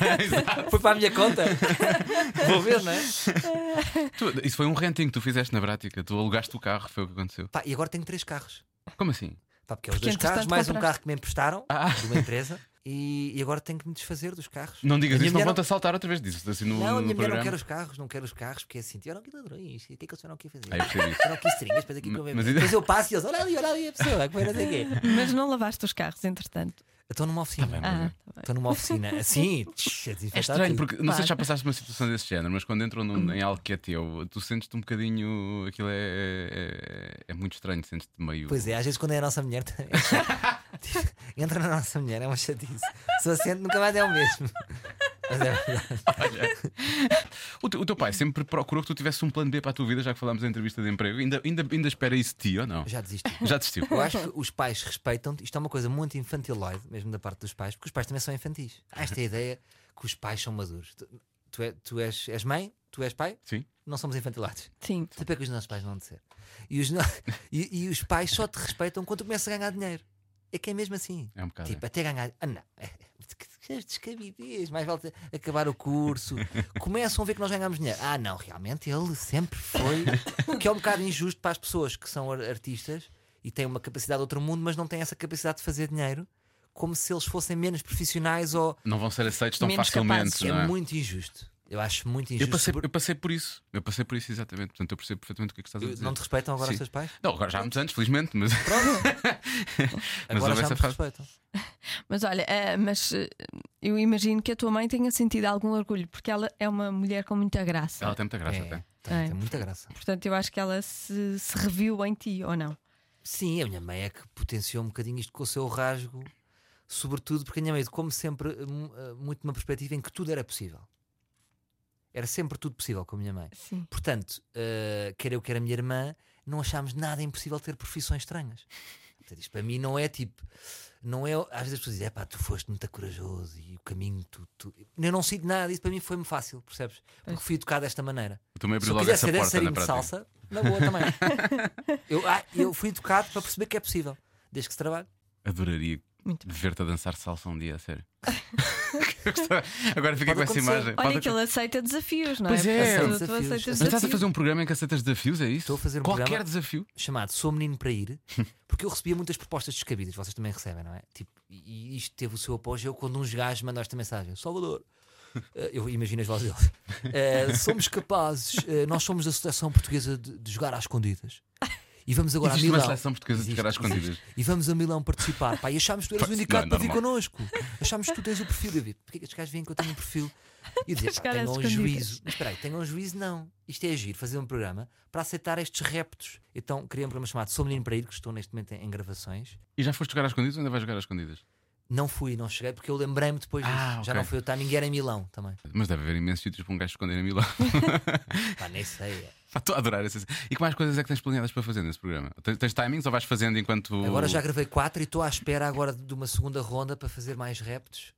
Foi para a minha conta? Vou ver, não é? Tu- isso foi um renting que tu fizeste na prática. Tu alugaste o carro, foi o que aconteceu. Pá, e agora tenho três carros. Como assim? Pá, porque é os Porque, dois carros, entretanto, mais um compraste. carro que me emprestaram Ah. de uma empresa. E, e agora tenho que me desfazer dos carros. Não digas A minha isso, não mulher vão-te assaltar outra vez. Disse assim no, Não, a no minha mulher não programa. quer os carros, não quer os carros, porque é assim, tiveram aqui ladrões, o que é que eles tiveram aqui a fazer? Ah, eu percebi isso. Tiveram aqui estrinhas, depois aqui com o Mas- bebê. Depois eu passo e eles, olha ali, olha ali a pessoa, que foi não sei o quê. Mas não lavaste os carros, entretanto. Estou numa oficina. bem, Ah, tá bem. Estou numa oficina. Assim, É estranho, porque não sei Claro. se já passaste uma situação desse género, mas quando entram num- em algo que é teu, tu sentes-te um bocadinho. Aquilo é, é, é muito estranho, sentes-te meio. Pois é, às vezes quando é a nossa mulher é chato. Tipo, entra na nossa mulher, é uma chatice. Se assente nunca mais é o mesmo. Mas é verdade. O, teu, o teu pai sempre procurou que tu tivesse um plano B para a tua vida, já que falámos da entrevista de emprego. Ainda, ainda, ainda espera isso de ti ou não? Já desisti. Já desistiu. Eu acho que os pais respeitam-te. Isto é uma coisa muito infantiloide, mesmo da parte dos pais, porque os pais também são infantis. Há esta ideia que os pais são maduros. Tu, tu, é, tu és, és mãe, tu és pai, Sim. não somos infantilados. Sim. Sempre é que os nossos pais vão de ser. E os, no- e, e os pais só te respeitam quando tu começas a ganhar dinheiro. É que é mesmo assim. É um bocado. Tipo, até ganhar. Ah, não. Que descabidez. Mais vale ter- acabar o curso. Começam a ver que nós ganhamos dinheiro. Ah, não, realmente ele sempre foi. Que é um bocado injusto para as pessoas que são ar- artistas e têm uma capacidade de outro mundo, mas não têm essa capacidade de fazer dinheiro, como se eles fossem menos profissionais ou. Não vão ser aceitos tão Menos facilmente. capazes. Não é? É muito injusto. Eu acho muito Eu injusto. passei, sobre- eu passei por isso. Eu passei por isso exatamente. Portanto, eu percebo perfeitamente o que é que estás a dizer. Não te respeitam agora Sim. os teus pais? Não, agora já há muitos anos, felizmente, mas, mas Agora houve já essa me fase. respeitam. Mas olha, eh, mas eh, eu imagino que a tua mãe tenha sentido algum orgulho, porque ela é uma mulher com muita graça. Ela tem muita graça, É, até. tem, É. tem muita graça. Portanto, eu acho que ela se, se reviu em ti, ou não? Sim, a minha mãe é que potenciou um bocadinho isto com o seu rasgo, sobretudo porque a minha mãe, como sempre, mu- eh, muito numa perspectiva em que tudo era possível. Era sempre tudo possível com a minha mãe. Sim. Portanto, eh, quer eu, quer a minha irmã, não achámos nada impossível ter profissões estranhas. Portanto, isto para mim não é tipo. Não é, às vezes as pessoas dizem, é pá, tu foste muito corajoso e o caminho, tu. tu... Eu não sinto nada, isso para mim foi-me fácil, percebes? Porque fui educado desta maneira. Eu também abri Se eu logo quisesse essa ser porta na dançarino de prática. salsa, na boa também. eu, ah, eu fui educado para perceber que é possível, desde que se trabalhe. Adoraria Muito bem. ver-te a dançar salsa um dia, a sério. Eu gostava- Agora fiquei Pode com essa acontecer. imagem. Olha Pode- que ele aceita desafios, não Pois é? é. Portanto, Aceita tu desafios. aceitas Mas estás a desafios. fazer um programa em que aceitas desafios, é isso? Estou a fazer um Qualquer programa- desafio. Chamado Sou Menino para Ir, porque eu recebia muitas propostas descabidas, vocês também recebem, não é? Tipo, e e isto teve o seu apogeu quando uns gajos mandam esta mensagem: Salvador, eh, eu imagino as vozes deles, eh, somos capazes, eh, nós somos da seleção portuguesa de, de jogar às escondidas. E vamos agora Existe a uma Milão. seleção portuguesa de Existe, jogar às existe. escondidas. E vamos a Milão participar. Pá, e achámos que tu eras Pá, o isso indicado não é para vir normal. connosco. Achámos que tu tens o perfil. Eu vi, porque é que estes gajos veem que eu tenho um perfil? E eu dizia, pá, Jogar às tenham um escondidas. juízo. Mas espera aí, tenham um juízo, não. Isto é agir, fazer um programa para aceitar estes reptos. Então criei um programa chamado Sou Menino para Ir, que estou neste momento em, em gravações. E já foste jogar às escondidas ou ainda vais jogar às escondidas? Não fui, não cheguei, porque eu lembrei-me depois disso. Ah, Já ok. não foi o timing, era em Milão também. Mas deve haver imensos sítios para um gajo esconder em Milão. Pá, nem sei. é. Pá, Estou a adorar essa. E que mais coisas é que tens planeadas para fazer nesse programa? Tens, tens timings ou vais fazendo enquanto. Agora já gravei quatro e estou à espera agora de uma segunda ronda para fazer mais reptos.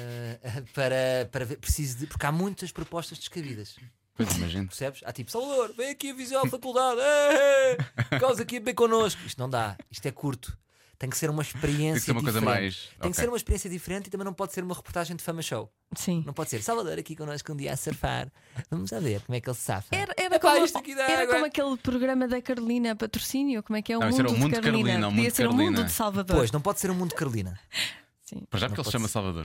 eh, para, para ver, preciso de. Porque há muitas propostas descabidas. Pois imagino. Percebes? Há tipo, Salvador, vem aqui a visitar a faculdade, eh, eh, causa aqui a beber connosco. Isto não dá, isto é curto. Tem que ser uma experiência Tem que ser uma coisa diferente. mais. Tem ok. que ser uma experiência diferente e também não pode ser uma reportagem de fama show. Sim. Não pode ser Salvador aqui connosco um dia a surfar. Vamos a ver como é que ele se safa. Era, era, Epá, como, isto aqui dá era água. como aquele programa da Carolina Patrocínio. Como é que é o Não, isso mundo, era o mundo de de Carolina? Carolina, o Podia mundo de ser o mundo Carolina. de Salvador. Pois, não pode ser um mundo de Carolina. Sim. Para já Não porque ele se pode chama ser. Salvador.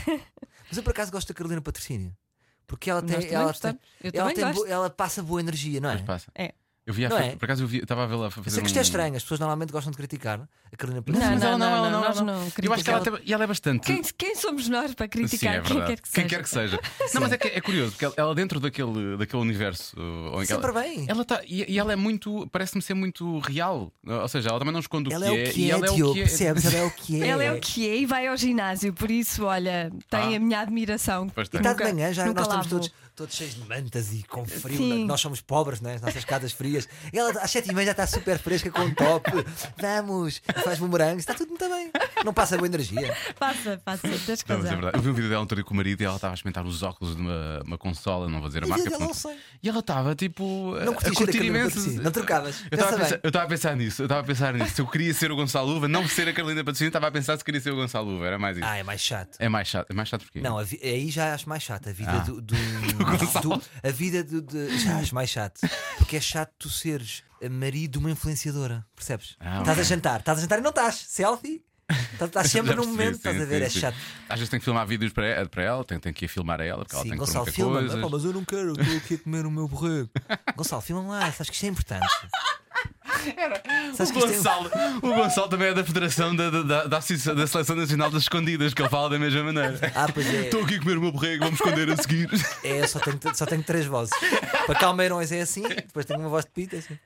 Mas eu por acaso gosto da Carolina Patrocínio. Porque ela Nós tem. também Ela, gostamos. tem, Eu ela, também tem gosto. bo- ela passa boa energia, não é? Depois passa. É. Eu vi a Não fa- é? Por acaso eu vi- eu estava a vê-la a fazer. Eu sei que isto é um- estranho, as pessoas normalmente gostam de criticar a Carolina Não, Patrocínio. Mas não, ela não, ela nós não Eu acho que ela, criticamos. tem- e ela é bastante. Quem, quem somos nós para criticar Sim, é quem verdade. quer que Quem seja? quer que seja. Não, mas é, que é curioso, porque ela, ela dentro daquele, daquele universo. uh, ou em que Sempre ela, bem. Ela tá, e, e ela é muito. Parece-me ser muito real. Ou seja, ela também não esconde o Ela que é o que e é, ela é o Diogo, que é. percebes? Ela é o que é. Ela é o que é e vai ao ginásio, por isso, olha, tem Ah. a minha admiração. Pois E tem. está de Nunca- manhã, já nunca nós lá estamos vou. todos, todos cheios de mantas e com frio. Sim. Nós somos pobres, né? As nossas casas frias. E ela às sete e meia já está super fresca com um top. Vamos, faz bumerangues, está tudo muito bem. Não passa boa energia. Passa, passa, tens Não, mas é razão. verdade. Eu vi um vídeo dela outro dia com o marido e ela estava a experimentar os óculos de uma, uma consola, não vou dizer a E marca. dela porque não sei. E ela estava tipo. Não a curtias ser a curtir Carolina imenso. Patrocínio, não trocavas. Eu estava a, Pensa pensar, bem. eu estava a pensar nisso, eu estava a pensar nisso. Se eu queria ser o Gonçalo Uva, não ser a Carolina Patrocínio, estava a pensar se queria ser o Gonçalo Uva. Era mais isso. Ah, é mais chato. É mais chato. É mais chato porque. Não, a vi- aí já acho mais chato. A vida Ah. do, do, do- A vida do, de- já acho mais chato. Porque é chato tu seres marido de uma influenciadora. Percebes? Ah, estás ok. a jantar, estás a jantar e não estás. Selfie. Estás sempre Já no percebi, momento, sim, estás a ver, sim, é sim. chato. Às vezes tem que filmar vídeos para, para ela, tem, tem que ir filmar a ela, porque ela Sim, tem que Gonçalo, prometer filma-me. coisas. Epá, mas eu não quero, eu estou aqui a comer o meu borrego. Gonçalo, filma lá, sabes que isto é importante. Sabes O que isto é- Gonçalo, o Gonçalo também é da Federação da, da, da, da, Associa- da Seleção Nacional das Escondidas, que ele fala da mesma maneira. Ah, pois é. Estou aqui a comer o meu borrego, vamos esconder a seguir. É, eu só tenho, só tenho três vozes. Para Calmeirões é assim, depois tenho uma voz de pita. Assim.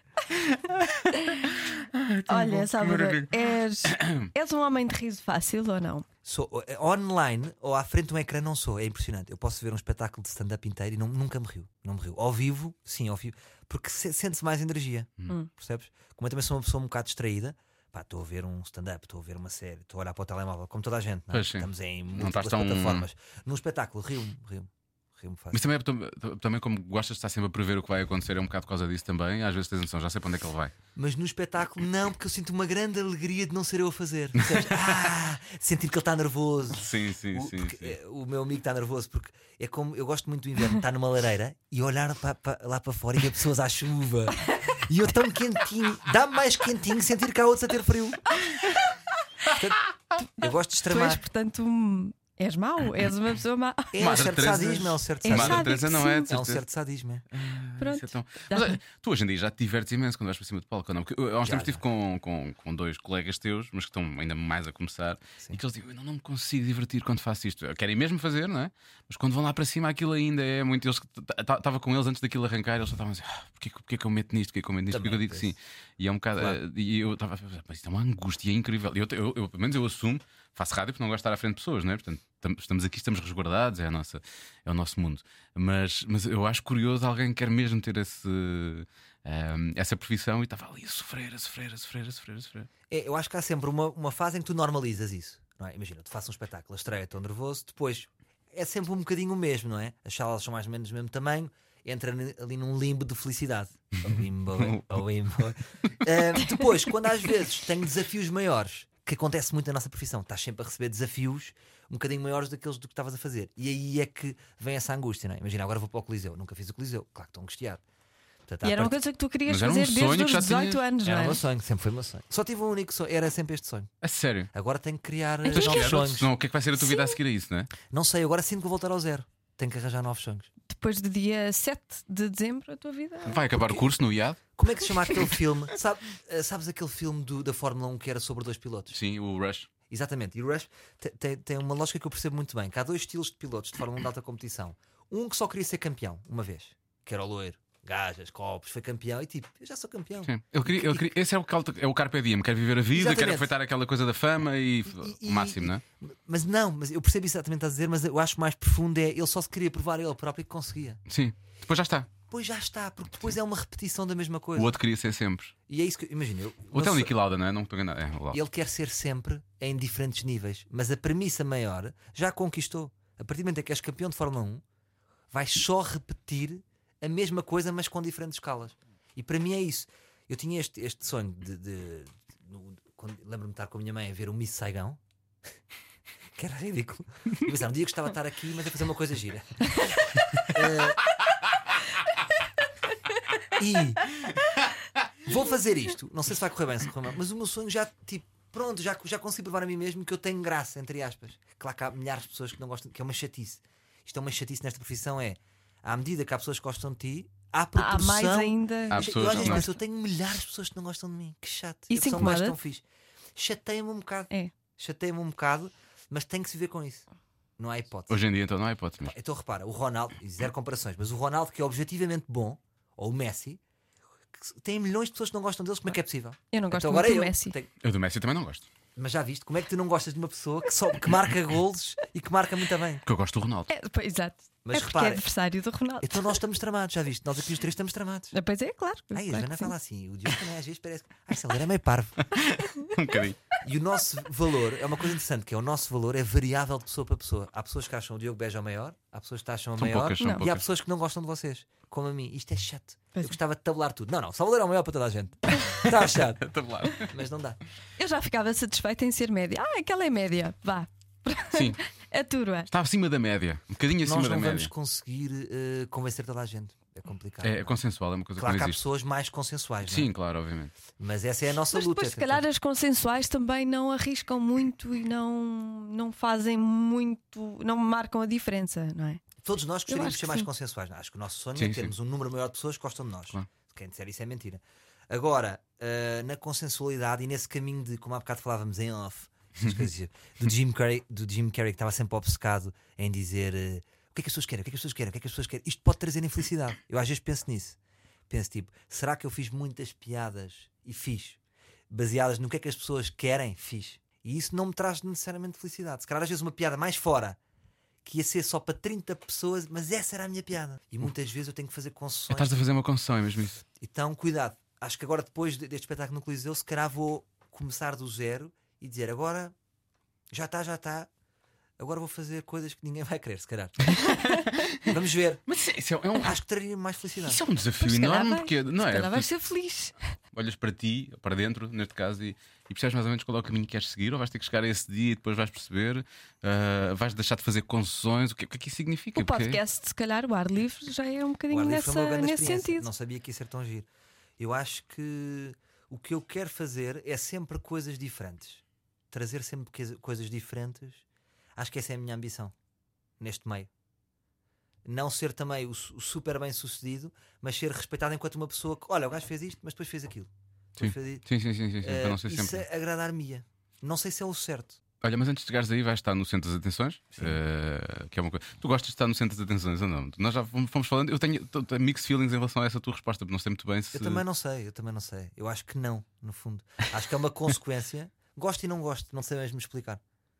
Olha, Salvador, maravilha. és, és um homem de riso fácil ou não? Sou, eh, online ou à frente de um ecrã não sou, é impressionante. Eu posso ver um espetáculo de stand-up inteiro e não, nunca me rio. Não me rio. Ao vivo, sim, ao vivo, porque se, sente-se mais energia. Hum. Percebes? Como eu também sou uma pessoa um bocado distraída, pá, estou a ver um stand-up, estou a ver uma série, estou a olhar para o telemóvel, como toda a gente, não é? Pois sim. Estamos em Não múltiplas estás tão- plataformas. Num espetáculo, rio-me, rio-me, rio-me fácil. Mas também, é tam- também, como gostas de estar sempre a prever o que vai acontecer, é um bocado por causa disso também. Às vezes tens noção, já sei para onde é que ele vai. Mas no espetáculo, não, porque eu sinto uma grande alegria de não ser eu a fazer. Percebes? Ah, sentir que ele está nervoso. Sim, sim, O, sim. porque, sim. eh, o meu amigo está nervoso porque é como eu gosto muito do inverno, estar numa lareira e olhar pa- pa- lá para fora e ver pessoas à chuva e eu tão quentinho, dá-me mais quentinho sentir que há outros a ter frio. Portanto, eu gosto de Tu és, extremar. portanto, um... és mau, és uma pessoa má. É um Madre certo Teresa- sadismo, é um certo É sadismo. Madre sádico, Teresa não é, de sim. É um certeza. certo sadismo. É. Pronto. Isso é tão- Dá Mas, bem. olha, tu hoje em dia já te divertes imenso quando vais para cima do palco, ou não? Porque eu, há uns Já, tempos estive já. com, com, com dois colegas teus, mas que estão ainda mais a começar, e que eles dizem: eu não, não me consigo divertir quando faço isto. Querem mesmo fazer, não é? Mas quando vão lá para cima, aquilo ainda é muito. Estava com eles antes daquilo arrancar, eles só estavam a dizer: ah, porquê, porquê que eu meto nisto? Porquê que eu meto nisto? Porque eu Também, digo pois. sim. E é um bocado. Claro. eh, E eu estava a pensar: mas isto é uma angústia incrível. E eu, eu, eu, pelo menos eu assumo, faço rádio porque não gosto de estar à frente de pessoas, não é? Portanto, tam- estamos aqui, estamos resguardados, é, a nossa, é o nosso mundo. Mas, mas eu acho curioso alguém que quer mesmo ter esse, ehm, essa profissão e estava ali a sofrer, a sofrer, a sofrer, a sofrer, a sofrer. É, eu acho que há sempre uma, uma fase em que tu normalizas isso. Não é? Imagina, tu fazes um espetáculo, a estreia, estou nervoso, depois é sempre um bocadinho o mesmo, não é? As salas são mais ou menos do mesmo tamanho, entra ni- ali num limbo de felicidade. O limbo, o limbo. Ah, depois, quando às vezes tenho desafios maiores, que acontece muito na nossa profissão, estás sempre a receber desafios um bocadinho maiores daqueles do que estavas a fazer. E aí é que vem essa angústia, não é? Imagina, agora vou para o Coliseu, nunca fiz o Coliseu, claro que estou angustiado. Portanto, E à era uma partida- coisa que tu querias Mas era um fazer sonho desde que os já dezoito tinhas. anos, Era não o é? meu sonho, sempre foi o meu sonho. Só tive um único sonho, era sempre este sonho. A sério. Agora tenho que criar Então, novos esquece. sonhos. Não, o que é que vai ser a tua vida a seguir a isso, não é? Não sei, agora sinto que vou voltar ao zero. Tenho que arranjar novos sonhos. Depois do dia sete de dezembro, a tua vida. Vai acabar o curso no I A D? Como é que se chama aquele filme? Sabe- eh, sabes aquele filme do- da Fórmula um que era sobre dois pilotos? Sim, o Rush. Exatamente. E o Rush te- te- tem uma lógica que eu percebo muito bem: que há dois estilos de pilotos de Fórmula um de alta competição. Um que só queria ser campeão, uma vez, que era o loiro, gajas, copos, foi campeão e tipo, eu já sou campeão. Sim. Ele queria, ele queria- esse é o, cal- é o Carpe Diem, quer viver a vida, quer Exatamente. aproveitar aquela coisa da fama e, E- o máximo, não é? Mas não, mas eu percebo exatamente o que estás a dizer, mas eu acho que mais profundo é ele só se queria provar a ele próprio que conseguia. Sim. Depois já está. Pois já está, porque depois é uma repetição da mesma O coisa. outro queria ser sempre. E é isso que imagina. eu- O até o não Niki sei- Lauda, não é? Não estou enganado. É, o Lauda. Ele quer ser sempre em diferentes níveis, mas a premissa maior já conquistou. A partir do momento em que és campeão de Fórmula um, vais só repetir a mesma coisa, mas com diferentes escalas. E para mim é isso. Eu tinha este, este sonho de. de- no- quando- Lembro-me de estar com a minha mãe a ver o Miss Saigão, que era ridículo. E pensar, um dia gostava de estar aqui, mas a fazer uma coisa gira. Eh, E vou fazer isto. Não sei se vai correr bem, se correr mal, mas o meu sonho já, tipo, pronto, já, já consigo provar a mim mesmo que eu tenho graça, entre aspas. Claro que há milhares de pessoas que não gostam, que é uma chatice. Isto é uma chatice nesta profissão, é à medida que há pessoas que gostam de ti, há Há proporção. mais ainda. Há Eu, pessoas às que vezes não penso, eu tenho milhares de pessoas que não gostam de mim. Que chato. Isso eu sou um gajo incomoda? tão fixe. Chateia-me um bocado. É. Chateia-me um bocado, mas tem que se viver com isso. Não há hipótese. Hoje em dia, então, não há hipótese mesmo. Então repara, o Ronaldo, e zero comparações, mas o Ronaldo que é objetivamente bom, ou o Messi, que tem milhões de pessoas que não gostam deles, como é que é possível? Eu não gosto Então muito agora do eu Messi. tenho- Eu do Messi também não gosto. Mas já viste, como é que tu não gostas de uma pessoa que, só, que marca golos e que marca muito bem? Porque eu gosto do Ronaldo. É, pois, exato. Mas é porque repara- é adversário do Ronaldo. Então nós estamos tramados, já viste? Nós aqui os três estamos tramados. Ah, Pois é, claro. Ai, a claro Joana que sim. fala assim, o Diogo também às vezes parece que. Ai, esse é meio parvo. Um bocadinho. E o nosso valor é uma coisa interessante, que é o nosso valor é variável de pessoa para pessoa. Há pessoas que acham o Diogo Beja o maior, há pessoas que acham a São maior poucas, são Não. e há poucas. pessoas que não gostam de vocês, como a mim. Isto é chato. Pois Eu é. gostava de tabular tudo. Não, não, Salvador é o maior para toda a gente. Está chato, Tabular. mas não dá. Eu já ficava satisfeita em ser média. Ah, aquela é média. Vá. Sim, A turma. está acima da média. Um bocadinho acima Nós da não média. vamos conseguir eh, convencer toda a gente. É complicado. É, é consensual, é uma coisa Claro que que não há existe. pessoas mais consensuais, não é? Sim, claro, obviamente. Mas essa é a nossa Mas luta. depois, se é tentar- calhar, as consensuais também não arriscam muito e não, não fazem muito, não marcam a diferença, não é? Todos nós gostaríamos acho de ser que mais sim. consensuais. Não? Acho que o nosso sonho Sim, é termos sim. um número maior de pessoas que gostam de nós. Claro. Quem disser isso é mentira. Agora, ah, na consensualidade e nesse caminho de, como há bocado falávamos em off, estas coisas, do Jim Carrey, do Jim Carrey que estava sempre obcecado em dizer eh, o que é que as pessoas querem, o que é que as pessoas querem, o que é que as pessoas querem. Isto pode trazer infelicidade. Eu às vezes penso nisso. Penso tipo, será que eu fiz muitas piadas e fiz baseadas no que é que as pessoas querem? Fiz. E isso não me traz necessariamente felicidade. Se calhar às vezes uma piada mais fora que ia ser só para trinta pessoas, mas essa era a minha piada. E muitas vezes eu tenho que fazer É, concessões. estás a fazer uma concessão, é mesmo isso. Então, cuidado. Acho que agora, depois de- deste espetáculo no Coliseu, se calhar vou começar do zero e dizer agora já está, já está. Agora vou fazer coisas que ninguém vai querer, se calhar. Vamos ver. Mas isso é, é um, Acho que traria mais felicidade. isso é um desafio Pois, se calhar enorme, vai. porque não Se é? calhar vais Tu ser feliz. olhas para ti, para dentro, neste caso, e, e percebes mais ou menos qual é o caminho que queres seguir, ou vais ter que chegar a esse dia e depois vais perceber, ah, vais deixar de fazer concessões, o que, o que é que isso significa? O Porque- podcast, se calhar, o ar livre já é um O bocadinho ar livre foi uma nessa, grande nesse experiência. sentido. Não sabia que ia ser tão giro. Eu acho que o que eu quero fazer é sempre coisas diferentes. Trazer sempre que- coisas diferentes. Acho que essa é a minha ambição neste meio. Não ser também o, su- o super bem sucedido, mas ser respeitado enquanto uma pessoa que, olha, o gajo fez isto, mas depois fez aquilo. Sim, Depois fez isto. sim, sim, sim, sim, sim, para não Eh, ser isso sempre. é agradar-me. Não sei se é o certo. Olha, mas antes de chegares aí, vais estar no centro das atenções, eh, que é uma coisa. Tu gostas de estar no centro das atenções ou não? Nós já fomos fomos falando, eu tenho, tô- tenho mixed feelings em relação a essa tua resposta, porque não sei muito bem se. Eu também não sei, eu também não sei. Eu acho que não, no fundo. Acho que é uma consequência. Gosto e não gosto, não sei mesmo explicar.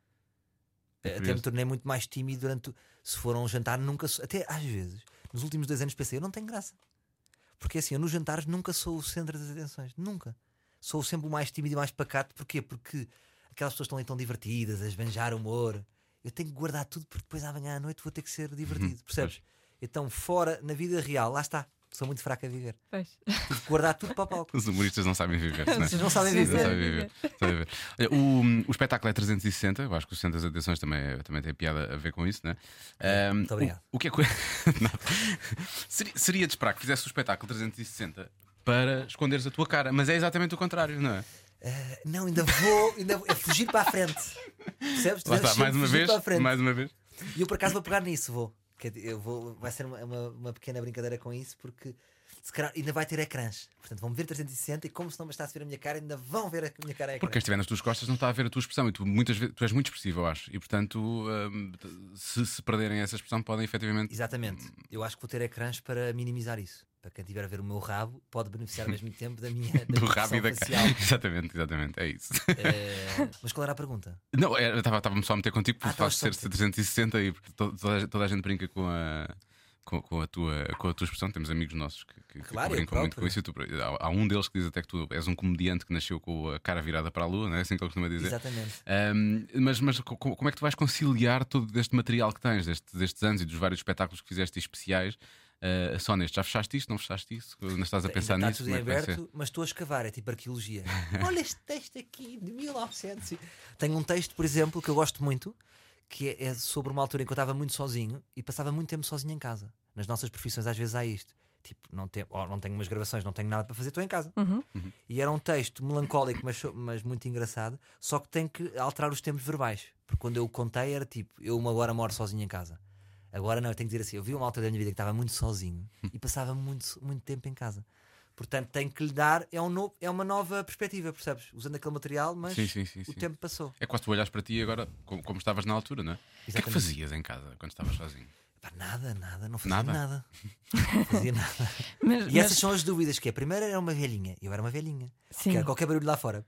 É Até curioso. me tornei muito mais tímido durante. o- Se for a um jantar, nunca sou. Até às vezes, nos últimos dois anos pensei, eu não tenho graça. Porque assim, eu nos jantares nunca sou o centro das atenções. Nunca. Sou sempre o mais tímido e mais pacato. Porquê? Porque aquelas pessoas estão ali tão divertidas, a esbanjar humor. Eu tenho que guardar tudo porque depois amanhã à noite vou ter que ser divertido. Percebes? Então, fora, na vida real, lá está. Sou muito fraco a viver. Pois. Tive que guardar tudo para o palco. Os humoristas não sabem viver. Não é? Vocês não sabem Sim, Não viver. sim. sabem viver. Sabem viver. Olha, o, o espetáculo é trezentos e sessenta, eu acho que o centro das atenções também, é- também tem piada a ver com isso, né? Ahm, muito obrigado. O, o que é que. Nada. seria, seria de esperar que fizesse o espetáculo trezentos e sessenta para esconderes a tua cara, mas é exatamente o contrário, não é? Ah, não, ainda vou, ainda vou. É fugir para a frente. Percebes? Lá está, Sempre mais uma fugir vez, para a frente. mais uma vez. E eu por acaso vou pegar nisso, vou. Quer dizer, Eu vou vai ser uma, uma, uma pequena brincadeira com isso, porque se calhar ainda vai ter ecrãs. Portanto, vão ver trezentos e sessenta e como se não bastasse ver a minha cara, ainda vão ver a minha cara a ecrã. Porque quem estiver nas tuas costas não está a ver a tua expressão e tu muitas vezes tu és muito expressivo, eu acho. E portanto, hum, se se perderem essa expressão, podem efetivamente. Exatamente. Eu acho que vou ter ecrãs para minimizar isso. Para quem estiver a ver o meu rabo, pode beneficiar ao mesmo tempo da minha da Do minha rabo e da expressão cara. facial. Exatamente, exatamente, é isso. Eh, mas qual era a pergunta? Não, é, eu estava- estava-me só a meter contigo porque Ah, o facto de estavas ser só a meter. trezentos e sessenta e porque to- toda, a- toda a gente brinca com a. Com, com a tua, com a tua expressão, temos amigos nossos que, que, que Claro, eu brincam muito próprio. com isso. E tu- há, há um deles que diz até que tu és um comediante que nasceu com a cara virada para a lua, não é assim que ele costuma dizer? Exatamente. Ahm, mas mas co- co- como é que tu vais conciliar todo este material que tens, deste- destes anos e dos vários espetáculos que fizeste especiais? ah, só neste, já fechaste isto? Não fechaste isso? Ainda estás a pensar Ainda nisso? está tudo em Como é que vai ser? aberto, mas estou a escavar, é tipo arqueologia. Olha este texto aqui de mil e novecentos. e- Tenho um texto, por exemplo, que eu gosto muito, que é, é sobre uma altura em que eu estava muito sozinho e passava muito tempo sozinho em casa. Nas nossas profissões, às vezes há isto. Tipo, não, te, oh, não tenho umas gravações, não tenho nada para fazer, estou em casa. Uhum. E era um texto melancólico, mas, so- mas muito engraçado. Só que tem que alterar os tempos verbais. Porque quando eu o contei, era tipo, eu uma agora moro sozinho em casa. Agora não, eu tenho que dizer assim: eu vi uma altura da minha vida que estava muito sozinho e passava muito, muito tempo em casa. Portanto, tenho que lhe dar, é, um novo, é uma nova perspectiva, percebes? Usando aquele material, mas Sim, sim, sim, o sim. tempo passou. É quase tu olhas para ti agora como, como estavas na altura, não é? O que é que Exatamente. fazias em casa quando estavas sozinho? Pá, nada, nada, não fazia Nada? nada. Não fazia nada. Mas, E essas mas- são as dúvidas: que é, a primeira era uma velhinha, eu era uma velhinha. Sim. Que era qualquer barulho lá fora.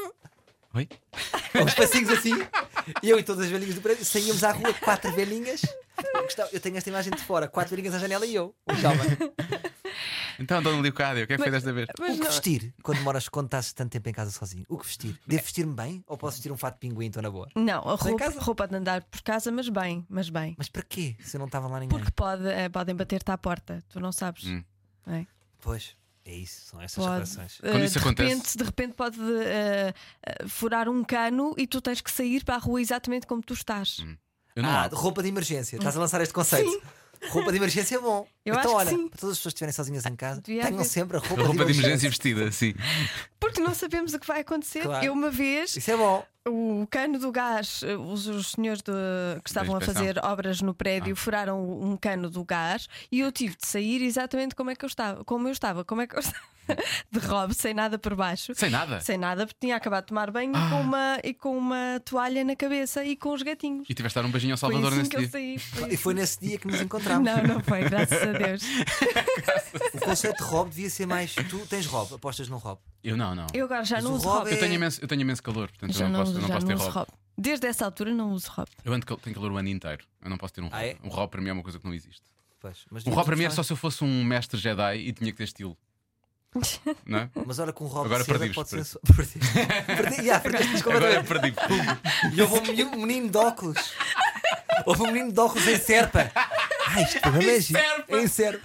Oi? Uns passinhos assim, e eu e todas as velhinhas do prédio saíamos à rua, quatro velhinhas. Gostava- Eu tenho esta imagem de fora, quatro velhinhas na janela e eu, o Jalma. Então, Dona Leocádia, o que é que foi desta vez? mas O que não- vestir quando moras, quando estás tanto tempo em casa sozinho? O que vestir? Devo vestir-me bem ou posso vestir um fato de pinguim, estou na boa? Não, a Estou em roupa, casa. roupa de andar por casa, mas bem, mas bem. Mas para quê? Se eu não estava lá ninguém. Porque pode, eh, podem bater-te à porta, tu não sabes. Hum. Não é? Pois, é isso, são essas Pode, relações. eh, Quando isso de, acontece- repente, de repente pode eh, eh, furar um cano e tu tens que sair para a rua exatamente como tu estás. Eu não Ah, abro. roupa de emergência, estás a lançar este conceito. Roupa de emergência é bom. Eu então, acho que olha, sim. para todas as pessoas que estiverem sozinhas em casa, Devia tenham haver. sempre a roupa, A roupa de emergência vestida, sim. Porque não sabemos o que vai acontecer. Claro. Eu, uma vez, Isso é bom. o cano do gás, eh, os, os senhores de- que estavam a inspeção. fazer obras no prédio Ah. furaram um cano do gás e eu tive de sair exatamente como é que eu estava, como eu estava, como é que eu estava, de robe, sem nada por baixo. Sem nada. Sem nada, porque tinha acabado de tomar banho e, com uma, e com uma toalha na cabeça e com os gatinhos. E tiveste a dar um beijinho ao Foi Salvador assim nesse que eu dia. saí. Foi E foi assim. nesse dia que nos encontramos. Não, não foi, graças a Deus. O conceito de Rob devia ser mais. Tu tens Rob, apostas num Rob. Eu não, não. Eu agora já Mas não o uso Rob robe. Eu tenho imenso, eu tenho imenso calor, portanto Já eu não não, posso, eu não já posso não ter uso robe. robe. Desde essa altura não uso robe. Eu ando, cal- tenho calor o ano inteiro. Eu não posso ter um robe. Ah, é? Um robe para mim é uma coisa que não existe. Pois, mas Um robe para mim é devíamos só se eu fosse um mestre Jedi e tinha que ter estilo. Não é? Mas olha, com um Rob Agora de seda perdi-vos, pode ser. perdi. só- Perdi. Perdi. Yeah, perdeste Agora é completamente. perdi. E houve um menino- um menino de óculos. Houve um menino de óculos em Serpa. Ai, este programa é giro. Serpa. Em Serpa.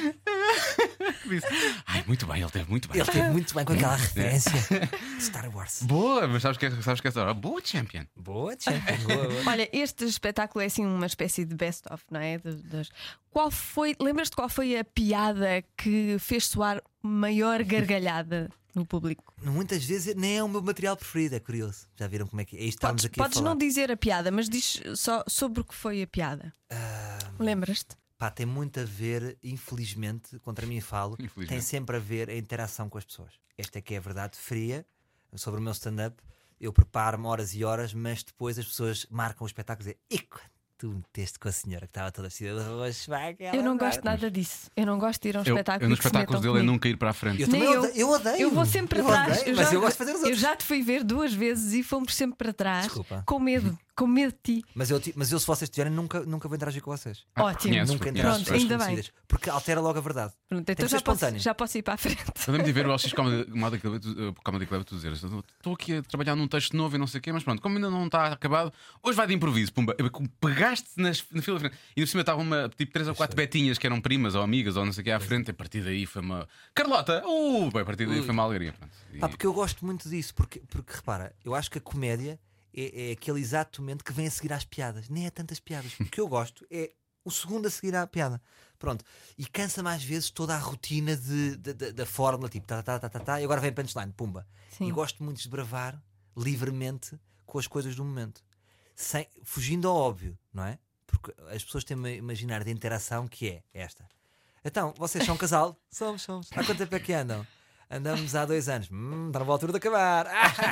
Disse, ai, muito bem, ele teve muito bem. Ele teve muito bem com aquela referência. Star Wars. Boa, mas sabes que é, sabes que é só boa champion. Boa, champion. Boa, boa. Olha, este espetáculo é assim uma espécie de best-of, não é? De- das- Qual foi, lembras-te qual foi a piada que fez soar maior gargalhada no público? Muitas vezes nem é o meu material preferido, é curioso. Já viram como é que é? Isto estamos Podes, aqui a podes falar. não dizer a piada, mas diz só sobre o que foi a piada. Ah, Lembras-te? Pá, tem muito a ver, infelizmente, contra mim falo, Infelizmente. tem sempre a ver a interação com as pessoas. Esta é que é a verdade fria sobre o meu stand-up. Eu preparo-me horas e horas, mas depois as pessoas marcam o espetáculo e dizem: e quando tu meteste com a senhora que estava toda vestida de roxo, vai aquela Eu não merda." gosto nada disso. Eu não gosto de ir a um Eu, espetáculo. eu nos e que se espetáculos metam dele é comigo. nunca ir para a frente. Eu Nem também eu. odeio, eu odeio. Eu vou sempre para Eu trás. odeio, eu, mas já, eu gosto de fazer os eu outros. já te fui ver duas vezes e fomos sempre para trás. Desculpa. Com medo, com medo de ti. Mas eu, ti- mas eu, se vocês estiverem, nunca, nunca vou interagir com vocês. Ah, Ótimo. conheces, Nunca conheces. interajo Pronto, com as ainda bem. conhecidas, porque altera logo a verdade. Pronto, Tem então que já ser posso, espontâneo. já posso ir para a frente. Eu lembro de ver o L X Comedy, Comedy Club, tu- Comedy Club, tu dizeres: estou aqui a trabalhar num texto novo e não sei o quê, mas pronto, como ainda não está acabado, hoje vai de improviso. Pumba, Eu- pegaste nas, na fila de frente e por cima estava uma, tipo, três ou quatro betinhas que eram primas ou amigas ou não sei o que à frente. E a partir daí foi uma. Carlota! Uh, bem, a partir daí Ui. foi uma alegria. Pronto. E- Pá, porque eu gosto muito disso, porque, porque repara, eu acho que a comédia é, é aquele exato momento que vem a seguir às piadas, nem é tantas piadas. O que eu gosto é o segundo a seguir à piada. Pronto, e cansa mais vezes toda a rotina de, de- de- da fórmula, tipo tá, tá, tá, tá, tá, e agora vem punchline, pumba. Sim. E gosto muito de desbravar livremente com as coisas do momento, sem, fugindo ao óbvio, não é? Porque as pessoas têm uma imaginário de interação que é esta. Então, vocês são um casal? Somos, somos. Há quanto tempo é que andam? Andamos há dois anos. Hum, está na boa altura de acabar.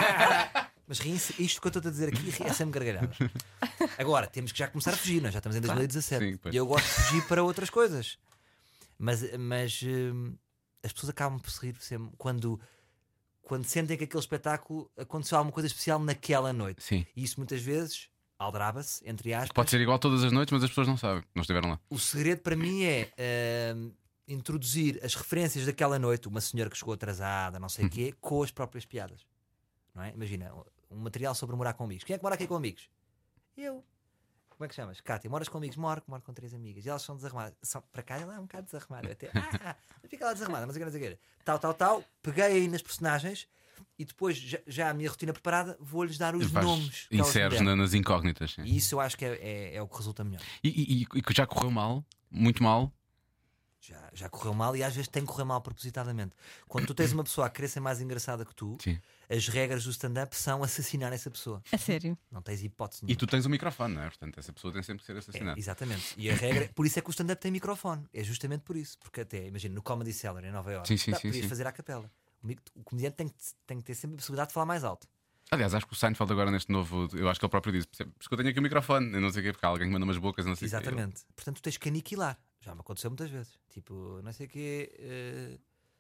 Mas riem-se, isto que eu estou a dizer aqui é sempre gargalhada. Agora, temos que já começar a fugir, nós já estamos em dois mil e dezassete. Sim, pois. E eu gosto de fugir para outras coisas. Mas, mas hum, as pessoas acabam por se rir sempre quando, quando sentem que aquele espetáculo aconteceu alguma coisa especial naquela noite. Sim. E isso muitas vezes aldraba-se, entre aspas. Pode ser igual todas as noites, mas as pessoas não sabem, não estiveram lá. O segredo para mim é hum, introduzir as referências daquela noite, uma senhora que chegou atrasada, não sei o quê, com as próprias piadas. Não é? Imagina, um material sobre morar com amigos. Quem é que mora aqui com amigos? Eu. Como é que chamas? Cátia, moras com amigos? Moro, moro com três amigas. E elas são desarrumadas. São, para cá ela é um bocado desarrumada. Eu até, ah, fica lá desarrumada, mas eu quero dizer tal, tal, tal. Peguei aí nas personagens e depois, já, já a minha rotina preparada, vou-lhes dar os Vais- nomes. que elas me Inseres deram. na- nas incógnitas. Sim. E isso eu acho que é, é, é o que resulta melhor. E, e, e que já correu mal, muito mal. Já, já correu mal e às vezes tem que correr mal propositadamente. Quando tu tens uma pessoa a querer ser mais engraçada que tu, Sim. as regras do stand-up são assassinar essa pessoa. A sério. Não tens hipótese E nenhuma. tu tens o microfone, não é? Portanto, essa pessoa tem sempre que ser É, assassinada. exatamente. E a regra, por isso é que o stand-up tem microfone. É justamente por isso. Porque até, imagina, no Comedy Cellar em Nova Iorque, Sim, sim, tá, sim, podias sim. fazer à capela. O, mic- o comediante tem que, tem que ter sempre a possibilidade de falar mais alto. Aliás, acho que o Seinfeld agora neste novo, eu acho que ele próprio disse: porque eu tenho aqui o microfone, eu não sei o quê, porque há alguém que manda umas bocas, não sei o quê." Exatamente. Portanto, tu tens que aniquilar. Já me aconteceu muitas vezes. Tipo, não sei o quê. eh,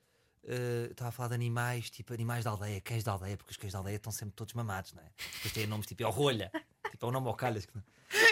eh, Estava a falar de animais, tipo animais da aldeia, cães da aldeia, porque os cães da aldeia estão sempre todos mamados, não é? Depois têm nomes tipo é o rolha, tipo é o nome ao calhas. que não-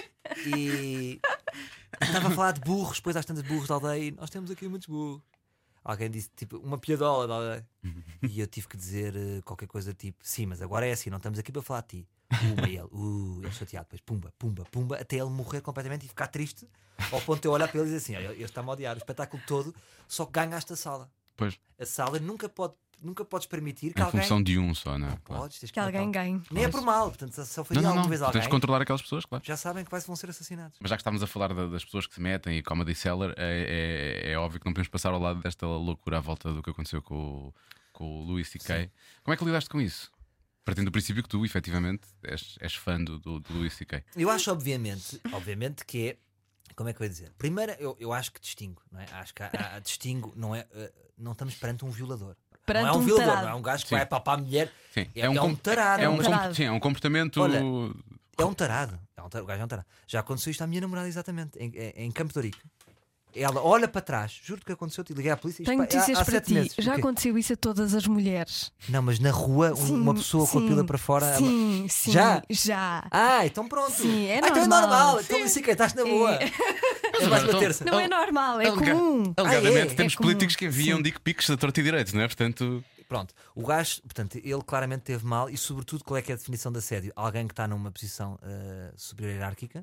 E estava a falar de burros, depois às tantas burros da aldeia, e nós temos aqui muitos burros. Alguém disse tipo uma piadola da aldeia. E eu tive que dizer eh, qualquer coisa tipo: sim, mas agora é assim, não estamos aqui para falar de ti. Uma e ele, uh, ele chateado, depois pumba, pumba, pumba, até ele morrer completamente e ficar triste, ao ponto de eu olhar para ele e dizer assim: olha, ele está-me a odiar o espetáculo todo, só que ganha esta sala. Pois. A sala nunca pode nunca podes permitir que Em alguém. função de um só, não é? Claro. Podes, tens Que alguém matá-lo. ganhe. Nem é por mal, portanto, se se Não, oferecer não, alguma não. vez Tens alguém, de controlar aquelas pessoas, claro. já sabem que vai- vão ser assassinados. Mas já que estávamos a falar da- das pessoas que se metem e Comedy Cellar, é, é, é óbvio que não podemos passar ao lado desta loucura à volta do que aconteceu com o, com o Louis C K. Como é que lidaste com isso? Partindo do princípio que tu, efetivamente, és, és fã do, do, do Louis C K. Eu acho, obviamente, obviamente que é. Como é que eu ia dizer? Primeiro, eu, eu acho que distingo, não é? Acho que há, há- distingo, não é? uh, não estamos perante um violador. Perante não é um, um violador, tarado. não é um gajo que Sim. vai papar a mulher. Sim, É, é um, com- tarado. É um, um com- tarado. sim, é um comportamento. Olha, É um tarado. É um tarado. O gajo é um tarado. Já aconteceu isto à minha namorada, exatamente, em, em, em Campo de Ourique. Ela olha para trás, juro que aconteceu, te liguei à polícia. isto Tenho pá, é há- notícias há para sete ti. meses. Já O quê? aconteceu isso a todas as mulheres. Não, mas na rua, um- Sim, uma pessoa com a sim, pila para fora. Sim, sim. Já? Já. Ah, então pronto. Sim, é ah, então é normal. normal. Então disse que estás na boa. É. É mais uma Então- terça. Não é normal, é Alega- comum. Alegadamente, Ah, é? temos É comum. políticos que enviam Sim. dick pics da torta e direito, não é? Portanto, Pronto, o gajo, portanto, ele claramente teve mal e, sobretudo, qual é que é a definição de assédio? Alguém que está numa posição eh, superior hierárquica.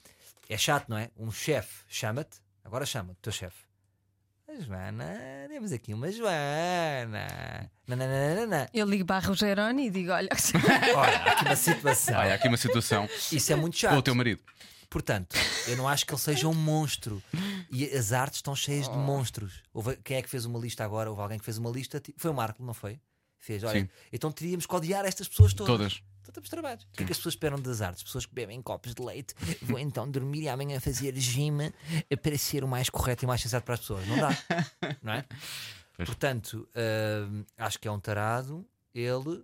É chato, não é? Um chefe chama-te, agora chama-te, teu chefe. A Joana, temos aqui uma Joana. Nananana. Eu ligo para a Rogeroni e digo: olha, Olha, há aqui uma situação. há aqui uma situação Isso é muito com chato. o teu marido. Portanto, eu não acho que ele seja um monstro. E as artes estão cheias de monstros. Houve, quem é que fez uma lista agora? Houve alguém que fez uma lista. ti- Foi o Marco, não foi? Fez, olha, Sim. então teríamos que odiar estas pessoas todas. Todas. Então estamos travados. O que é que as pessoas esperam das artes? Pessoas que bebem copos de leite. Vou então dormir e amanhã fazer gym para ser o mais correto e o mais sensato para as pessoas. Não dá. Não é? Pois. Portanto, hum, acho que é um tarado. Ele,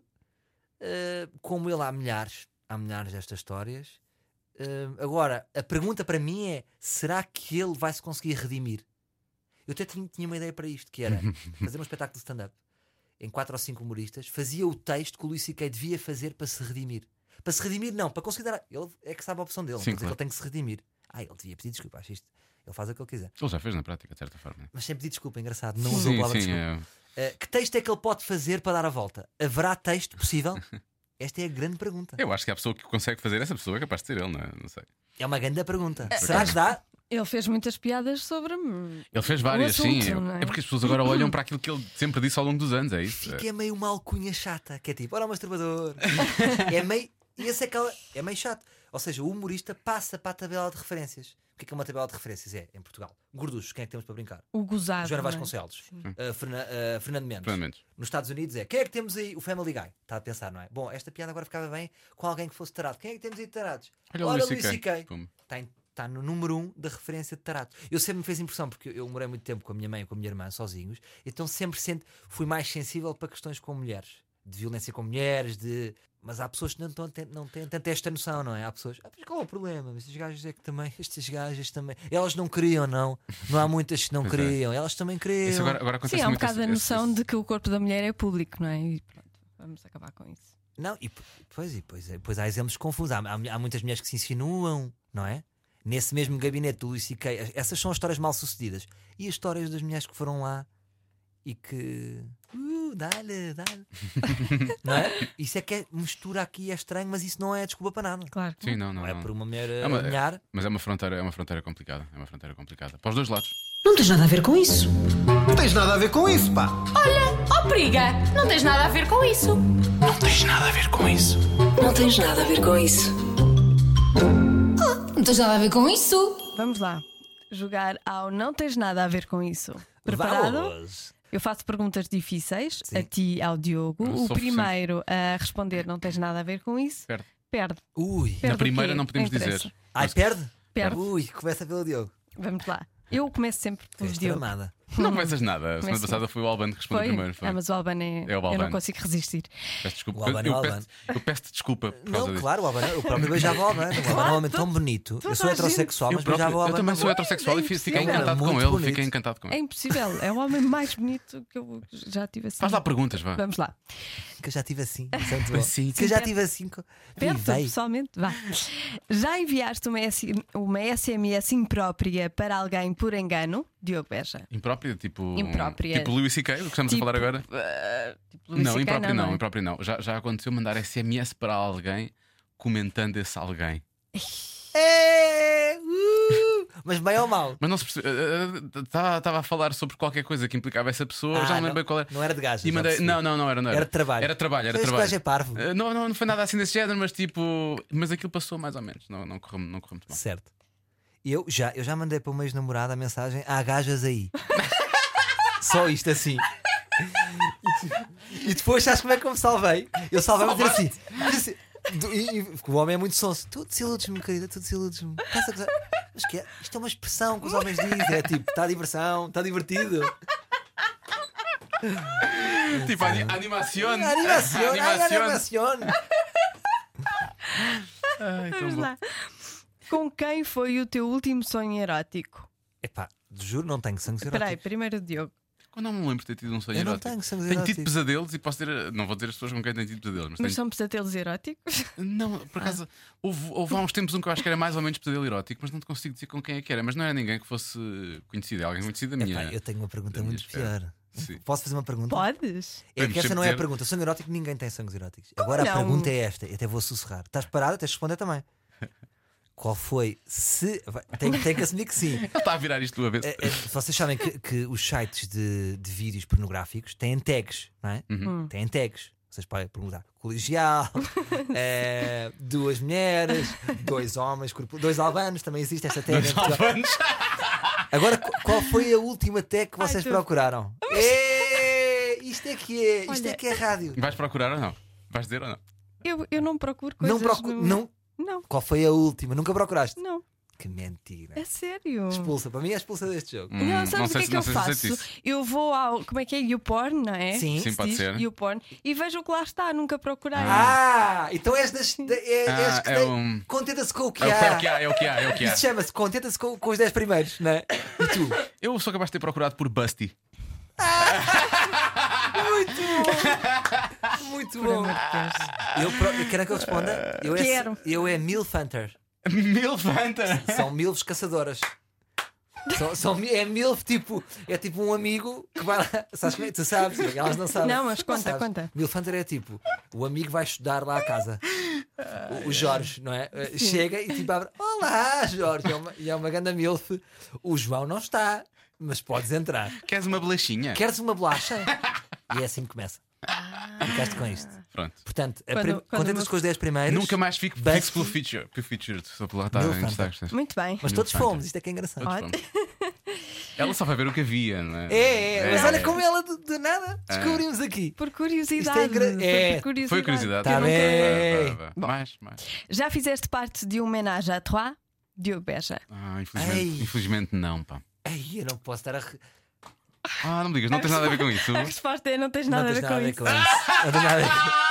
hum, como ele há milhares, há milhares destas histórias. Hum, agora, a pergunta para mim é: será que ele vai se conseguir redimir? Eu até tinha, tinha uma ideia para isto, que era fazer um espetáculo de stand-up em quatro ou cinco humoristas, fazia o texto que o Louis C K devia fazer para se redimir. Para se redimir, não, para considerar. Ele é que sabe a opção dele, Sim, não quer dizer que claro. ele tem que se redimir. Ah, ele devia pedir desculpa, acho isto. Ele faz o que ele quiser. Ele já fez na prática, de certa forma. Mas sem pedir desculpa, engraçado. Não usou a Sim, palavra sim. desculpa. é- Uh, que texto é que ele pode fazer para dar a volta? Haverá texto possível? Esta é a grande pergunta. Eu acho que a pessoa que consegue fazer essa pessoa é capaz de ser ele, não é? Não sei. É uma grande pergunta. Será que dá? ele fez muitas piadas sobre. Ele fez várias, O assunto, sim. não é? É porque as pessoas agora olham para aquilo que ele sempre disse ao longo dos anos, é isso? Fica meio uma alcunha chata, que é tipo, ora o masturbador. é meio. E esse é, aquela, é meio chato. Ou seja, o humorista passa para a tabela de referências. O que é que é uma tabela de referências? É, em Portugal, gorduchos, quem é que temos para brincar? O gozado. Joana não é? Vasconcelos, uh, Ferna- uh, Fernando Mendes. Fernando Mendes. Nos Estados Unidos é, quem é que temos aí? O Family Guy. Está a pensar, não é? Bom, esta piada agora ficava bem com alguém que fosse tarado. Quem é que temos aí de tarados? Olha o Ora, Louis C K. Pum. Está, em- está no número um da referência de tarados. Eu sempre me fez impressão, porque eu morei muito tempo com a minha mãe e com a minha irmã sozinhos, então sempre sente, fui mais sensível para questões com mulheres, de violência com mulheres, de. Mas há pessoas que não, estão, não têm tanta esta noção, não é? Há pessoas, ah, mas qual é o problema? Mas estes gajos é que também, estes gajas também, elas não queriam, não. Não há muitas que não Pois é. queriam, elas também queriam. Isso agora, agora acontece Sim, há um muito bocado esse- a noção esse- de que o corpo da mulher é público, não é? E pronto, vamos acabar com isso. Não, e p- pois, e pois, é, pois há exemplos confusos. Há, há, há muitas mulheres que se insinuam, não é? Nesse mesmo gabinete do Louis C K. Essas são as histórias mal sucedidas. E as histórias das mulheres que foram lá e que. Uh, dá-lhe, dá-lhe. Não é? Isso é que é, mistura aqui é estranho, mas isso não é desculpa para nada. Claro. Sim, não, não. Não é não. por uma mulher É uma- alinhar. Mas é uma fronteira, é uma fronteira complicada. É uma fronteira complicada. Para os dois lados. Não tens nada a ver com isso. Não tens nada a ver com isso, pá. Oh, periga, não tens nada a ver com isso. Não tens nada a ver com isso. Não tens nada a ver com isso. Não tens nada a ver com isso. Vamos lá. Jogar ao não tens nada a ver com isso. Preparado? Vamos. Eu faço perguntas difíceis Sim. a ti e ao Diogo. Eu O sou primeiro a responder não tens nada a ver com isso. Perde. Perde. Ui. Perde Na o primeira quê? não podemos interessa. dizer. Ai, perde? Perde. Ui, começa pelo Diogo. Vamos lá. Eu começo sempre pelo Fez Diogo. tramada. Não começas nada. A semana Começo. passada foi o Albano que respondeu Foi? primeiro. Foi. Ah, mas o Albano é. É o Eu Albano. não consigo resistir. Peço desculpa. O Albano é eu, o peço, Albano. eu peço desculpa por causa Não, disso. claro, o Albano, eu próprio beijava o Albano. O Albano é um homem tão bonito. Eu sou heterossexual, Eu, mas próprio- beijava o eu Albano. também sou na boa. heterossexual é e fiz- fiquei impossível. encantado Muito com ele. bonito. Fiquei encantado com É ele. impossível. É o homem mais bonito que eu já tive assim. Faz lá perguntas, vá. Vamos lá. Que eu já tive assim. isso é muito bom. Assim. Que eu já Sim, tive assim. co- Perto, Vivei. pessoalmente, vá. Já enviaste uma, S- uma S M S imprópria para alguém por engano? Diogo Beja. Imprópria, tipo. Imprópria. Tipo Louis C K, o que estamos Tipo, a falar agora? Uh, tipo Luís Não, C K, impróprio não, é? impróprio não. Já, já aconteceu mandar S M S para alguém comentando esse alguém. É, uh, mas bem ou mal. Mas não se percebe. Estava a falar sobre qualquer coisa que implicava essa pessoa, Ah, já não não, lembro bem qual era. não era de gajas. E já mandei... percebi. Não, não, não era, não era. Era de trabalho. Era trabalho, era Este trabalho. gajo é parvo. Eh, Não, não, não foi nada assim desse género, mas tipo. Mas aquilo passou mais ou menos. Não, não, correu, não correu muito mal. Certo. Eu já, eu já mandei para o meu ex-namorado a mensagem: há gajas aí. Só isto assim. E, tu- e depois, sabes como é que eu me salvei? Eu salvei-me a dizer assim. dizer assim, do- e, e- porque o homem é muito sonso. Tu desiludes-me, querida, tu desiludes-me. Estás a gozar? Mas que é? Isto é uma expressão que os homens dizem. É tipo, está diversão, está divertido. Tipo, ani- animación. Animação, ai, Animación. animação. Ai, tão Vamos bom. lá. Com quem foi o teu último sonho erótico? Epá, juro, não tenho sangue Espera aí, erótico. primeiro o Diogo. Eu não me lembro de ter tido um sonho Eu não erótico. tenho sangue Tenho tido erótico. pesadelos e posso ter. Não vou dizer as pessoas com quem tenho tido pesadelos, mas, Mas tenho... são pesadelos eróticos? Não, por acaso, houve, houve há uns tempos um que eu acho que era mais ou menos pesadelo erótico, mas não te consigo dizer com quem é que era. Mas não era ninguém que fosse conhecido, é alguém conhecido da minha. Epá, eu tenho uma pergunta da minha muito esfera. pior. Sim. Posso fazer uma pergunta? Podes? É Podemos que esta sempre não é a dizer. pergunta. Sonho erótico, ninguém tem sonhos eróticos. Agora a não? pergunta é esta. Eu até vou sussurrar. Estás parado? Tens de responder também. Qual foi? Se. vai, Tem, tem que assumir que sim. Ele está a virar isto do avesso. É, é, vocês sabem que, que os sites de, de vídeos pornográficos têm tags, não é? Uhum. Têm tags. Vocês podem perguntar: colegial, eh, duas mulheres, dois homens, corpo- dois albanos. Também existe esta tag. em Portugal. Alvanos. Agora, qu- qual foi a última tag que Ai, vocês tu- procuraram? É, isto é que é, isto é Olha- que é rádio. Vais procurar ou não? Vais dizer ou não? Eu, eu não procuro coisas. Não procuro. no- Não. Não, Qual foi a última? Nunca procuraste? não. Que mentira. É sério. Expulsa. Para mim é expulsa deste jogo. Hum, Não, sabes o que sei é se- que não eu sei se faço? disseste isso. Eu vou ao. Como é que é? YouPorn, não é? Sim. Sim, Se pode diz ser. YouPorn. E vejo o que lá está, nunca procurei. Ah, então és das. da- É, Ah, és que é tem- um- Contenta-se com o que É o, há. é o que há, é o que há, é o que há. Isso chama-se contenta-se com, com os dez primeiros, não é? E tu? Eu sou capaz de ter procurado por Busty. Muito Por bom. amor de Deus. Eu, pro- eu quero que eu responda. Eu Quero. É, eu é Milf Hunter. Milf Hunter. São milfs caçadoras. São, são, é milf tipo. É tipo um amigo que vai lá. Sabes como é? Tu sabes? Elas não sabem. Não, mas conta, sabes. conta. Milf Hunter é tipo. O amigo vai estudar lá à casa. O, o Jorge, não é? Uh, Chega e tipo abre. Olá, Jorge. É uma, e é uma grande milf. O João não está, mas podes entrar. Queres uma bolachinha? Queres uma bolacha? E é assim que começa. Ficaste com isto. Pronto. Portanto, a Quando- prim- quando contenta-se uma- com os dez primeiros. Nunca mais fico Busty. fixo pelo feature. Pelo featured. Só por lá estar Milf em Hunter. destaque. Muito bem. Mas todos Milf Hunter. fomos, isto é que é engraçado. Todos Ótimo. fomos. Ela só vai ver o que havia, não é? É, é, mas olha é. como ela de, de nada É. descobrimos aqui. Por curiosidade. Isto é engra- Foi é. por curiosidade. Foi curiosidade. Tá Eu nunca- bem. Vá, vá, vá. Mais, mais. Já fizeste parte de um ménage à trois? Diogo Beja. Ah, infelizmente, Ei. infelizmente não, pá. Ai, eu não posso estar a. re- Ah, não me digas, não tens nada a ver com isso. A resposta é: não tens Não nada tens a ver nada com a ver isso. com isso. Não tens nada a ver com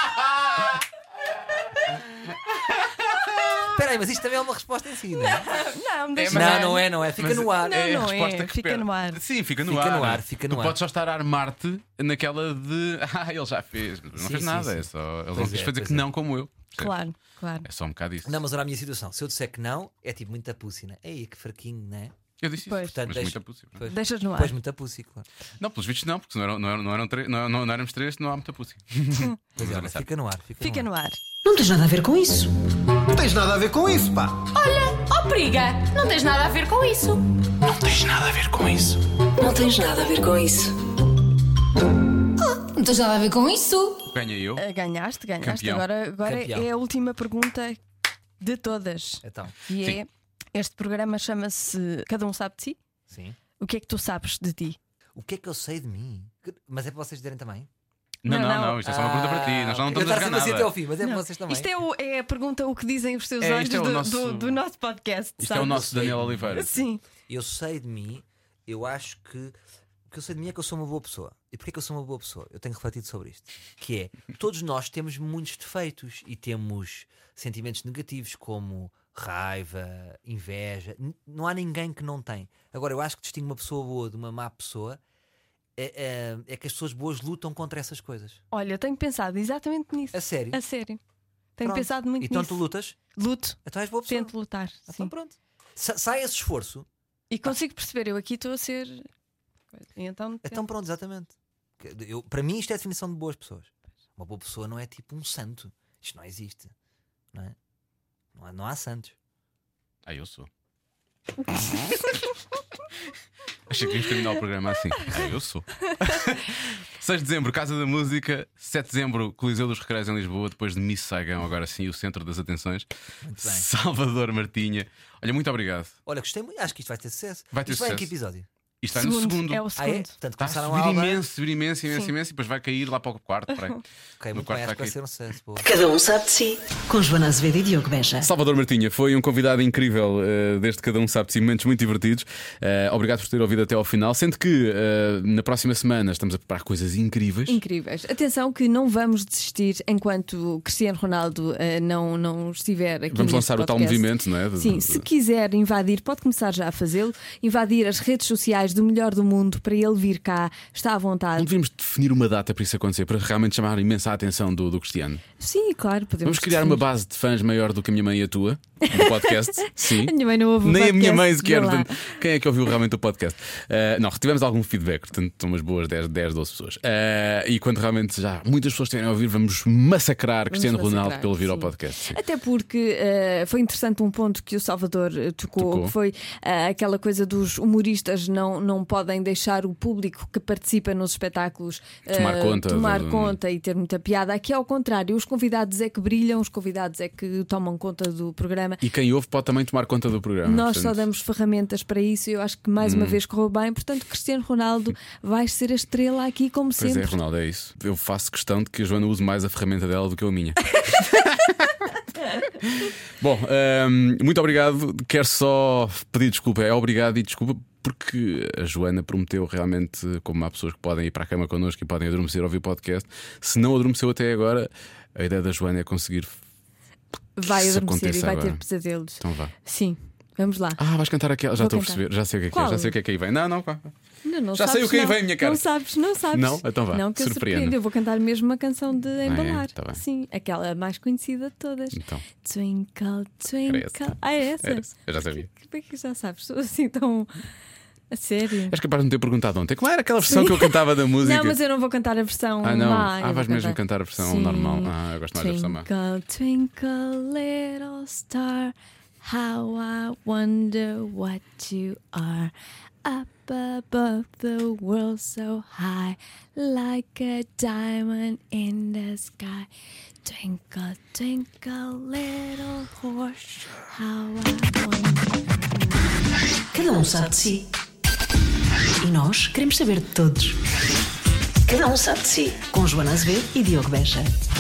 Espera aí, mas isto também é uma resposta em si, não é? Não, deixa mas Não, estar. não é, não é. Fica Mas no ar. Não, é a não resposta é. que Fica espera. no ar. Sim, fica no Fica ar. no ar, fica no tu ar. podes só estar a armar-te naquela de. Ah, ele já fez. Mas não Sim, fez sim, nada. sim. É só. Ele Pois não quis é, fazer pois que é. não como eu. Percebes? Claro, claro. É só um bocado isso. Não, mas olha a minha situação. Se eu disser que não, é tipo muita pussy, né? Ei, que fraquinho, né? Eu disse isso. Pois. Mas Portanto, deixa- muito possível. Pois, Deixas no ar. pois muita pussy, claro. Não, pelos vistos não, porque se não, eram, não, eram, não, eram três- não, não, não éramos três, não há muita pussy. Pois é, olha, sabe. fica no ar. Fica, Fica no no ar. ar. Não tens nada a ver com isso. Não tens nada a ver com isso, pá. Oh, briga! Não tens nada a ver com isso. Não tens nada a ver com isso. Não tens nada a ver com isso. Não tens nada a ver com isso. Ganha eu. Ah, Ganhaste, ganhaste. Campeão. Agora, agora Campeão. é a última pergunta de todas. Então, E Sim. é: este programa chama-se Cada um sabe de si. sim. O que é que tu sabes de ti? O que é que eu sei de mim? Que- Mas é para vocês dizerem também? Não, não, Não, não, não. isto é só uma pergunta para ti. Nós já não Ah, eu estamos a jogar estava sempre assim até nada. ao fim, mas é para Não, vocês também. Isto é, o- é a pergunta o que dizem os teus É, olhos isto é o do, nosso- do- do nosso podcast. Isto é o sabes? nosso Daniel Oliveira. Sim. Eu sei de mim, eu acho que o que eu sei de mim é que eu sou uma boa pessoa. E porquê que eu sou uma boa pessoa? Eu tenho refletido sobre isto. Que é, todos nós temos muitos defeitos e temos sentimentos negativos como raiva, inveja. N- Não há ninguém que não tem. Agora, eu acho que distingue uma pessoa boa de uma má pessoa é, é- é que as pessoas boas lutam contra essas coisas. Olha, eu tenho pensado exatamente nisso. A sério. A sério. Tenho Pronto. pensado muito Então nisso. tu lutas? Luto. Então és boa pessoa. Tento lutar. Então Sim. pronto. Sa- sai esse esforço. E consigo perceber, eu aqui estou a ser. E então, Então pronto, exatamente. Que eu- para mim isto é a definição de boas pessoas. Uma boa pessoa não é tipo um santo. Isto não existe. Não é? Não há, não há santos. Ah, eu sou. Achei que íamos terminar o programa assim. É, eu sou. seis de dezembro, Casa da Música. sete de dezembro, Coliseu dos Recreios em Lisboa. Depois de Miss Saigão, agora sim, o centro das atenções. Muito bem. Salvador Martinha. Olha, muito obrigado. Olha, gostei muito. Acho que isto vai ter sucesso. Vai ter isto vai em sucesso. que episódio? Isto está no segundo. É o Ah, é? segundo. Portanto, Está a começaram subir a alvar. imenso, subir imenso, imenso, imenso. E depois vai cair lá para o quarto. Para aí. Ok, No muito quarto bem, acho vai que vai cair. ser um sucesso. Boa. Cada um sabe de si. Com Joana Azevedo e Diogo Beja. Salvador Martinha foi um convidado incrível, uh, desde Cada Um Sabe de Si, momentos muito divertidos. Uh, obrigado por ter ouvido até ao final. Sendo que uh, na próxima semana estamos a preparar coisas incríveis. Incríveis. Atenção que não vamos desistir enquanto Cristiano Ronaldo eh, não, não estiver aqui. Vamos neste lançar o tal podcast. movimento, não é? De- Sim, de- se quiser invadir, pode começar já a fazê-lo. Invadir as redes sociais do melhor do mundo para ele vir cá. Está à Não vontade. devíamos definir uma data para isso acontecer, para realmente chamar imensa a atenção do, do Cristiano. Sim, claro, podemos. Vamos criar uma base de fãs maior do que a minha mãe e a tua, do podcast. Sim. A minha mãe não ouve o Nem a minha podcast, mãe sequer. vê lá. Portanto, quem é que ouviu realmente o podcast? Uh, não, tivemos algum feedback, portanto, são umas boas dez, dez doze pessoas. Uh, e quando realmente já muitas pessoas estiverem a ouvir, vamos massacrar Cristiano massacrar, Ronaldo pelo vir ao sim. podcast. Sim. Até porque eh, foi interessante um ponto que o Salvador eh, tocou, Tocou. que foi eh, aquela coisa dos humoristas não, não podem deixar o público que participa nos espetáculos eh, Tomar conta tomar do- conta e ter muita piada. Aqui ao contrário, os convidados é que brilham, os convidados é que tomam conta do programa. E quem ouve pode também tomar conta do programa. Nós só portanto, damos ferramentas para isso e eu acho que mais Hum. uma vez correu bem. Portanto, Cristiano Ronaldo vai ser a estrela aqui, como Pois sempre. é, Ronaldo, é isso. Eu faço questão de que a Joana use mais a ferramenta dela do que eu a minha. Bom, hum, muito obrigado. Quero só pedir desculpa. É obrigado e desculpa porque a Joana prometeu realmente, como há pessoas que podem ir para a cama connosco e podem adormecer a ouvir o podcast. Se não adormeceu até agora, a ideia da Joana é conseguir. Vai Isso adormecer e aconteça vai agora. ter pesadelos. Então vá. Sim, vamos lá. Ah, vais cantar aquela. Já Vou estou a cantar. perceber, já sei o que é que Qual? é, já sei o que é que aí vem. Não, não, vá. Não, não Já sei sabes, o que aí não. vem, minha cara. Não sabes, não sabes. Não? Então vá, Não, que eu surpreenda. surpreendo. Eu vou cantar mesmo uma canção de é? embalar. Tá bem. Sim, aquela mais conhecida de todas. Então. Twinkle, Era twinkle. essa. Ah, é essa? Era essa. Eu já sabia. Como é que já sabes? Sou assim tão. A sério? És capaz de me ter perguntado ontem qual era aquela versão Sim. que eu cantava da música? Não, mas eu não vou cantar a versão Ah, não. má. eu Ah, vou vais mesmo cantar a versão Sim. normal. Ah, eu gosto mais da versão má. Twinkle, twinkle, little star, how I wonder what you are. Up above the world so high, like a diamond in the sky. Twinkle, twinkle, little horse, how I wonder. Cada um sabe de si. E nós queremos saber de todos. Cada um sabe de si. Com Joana Azevedo e Diogo Beja.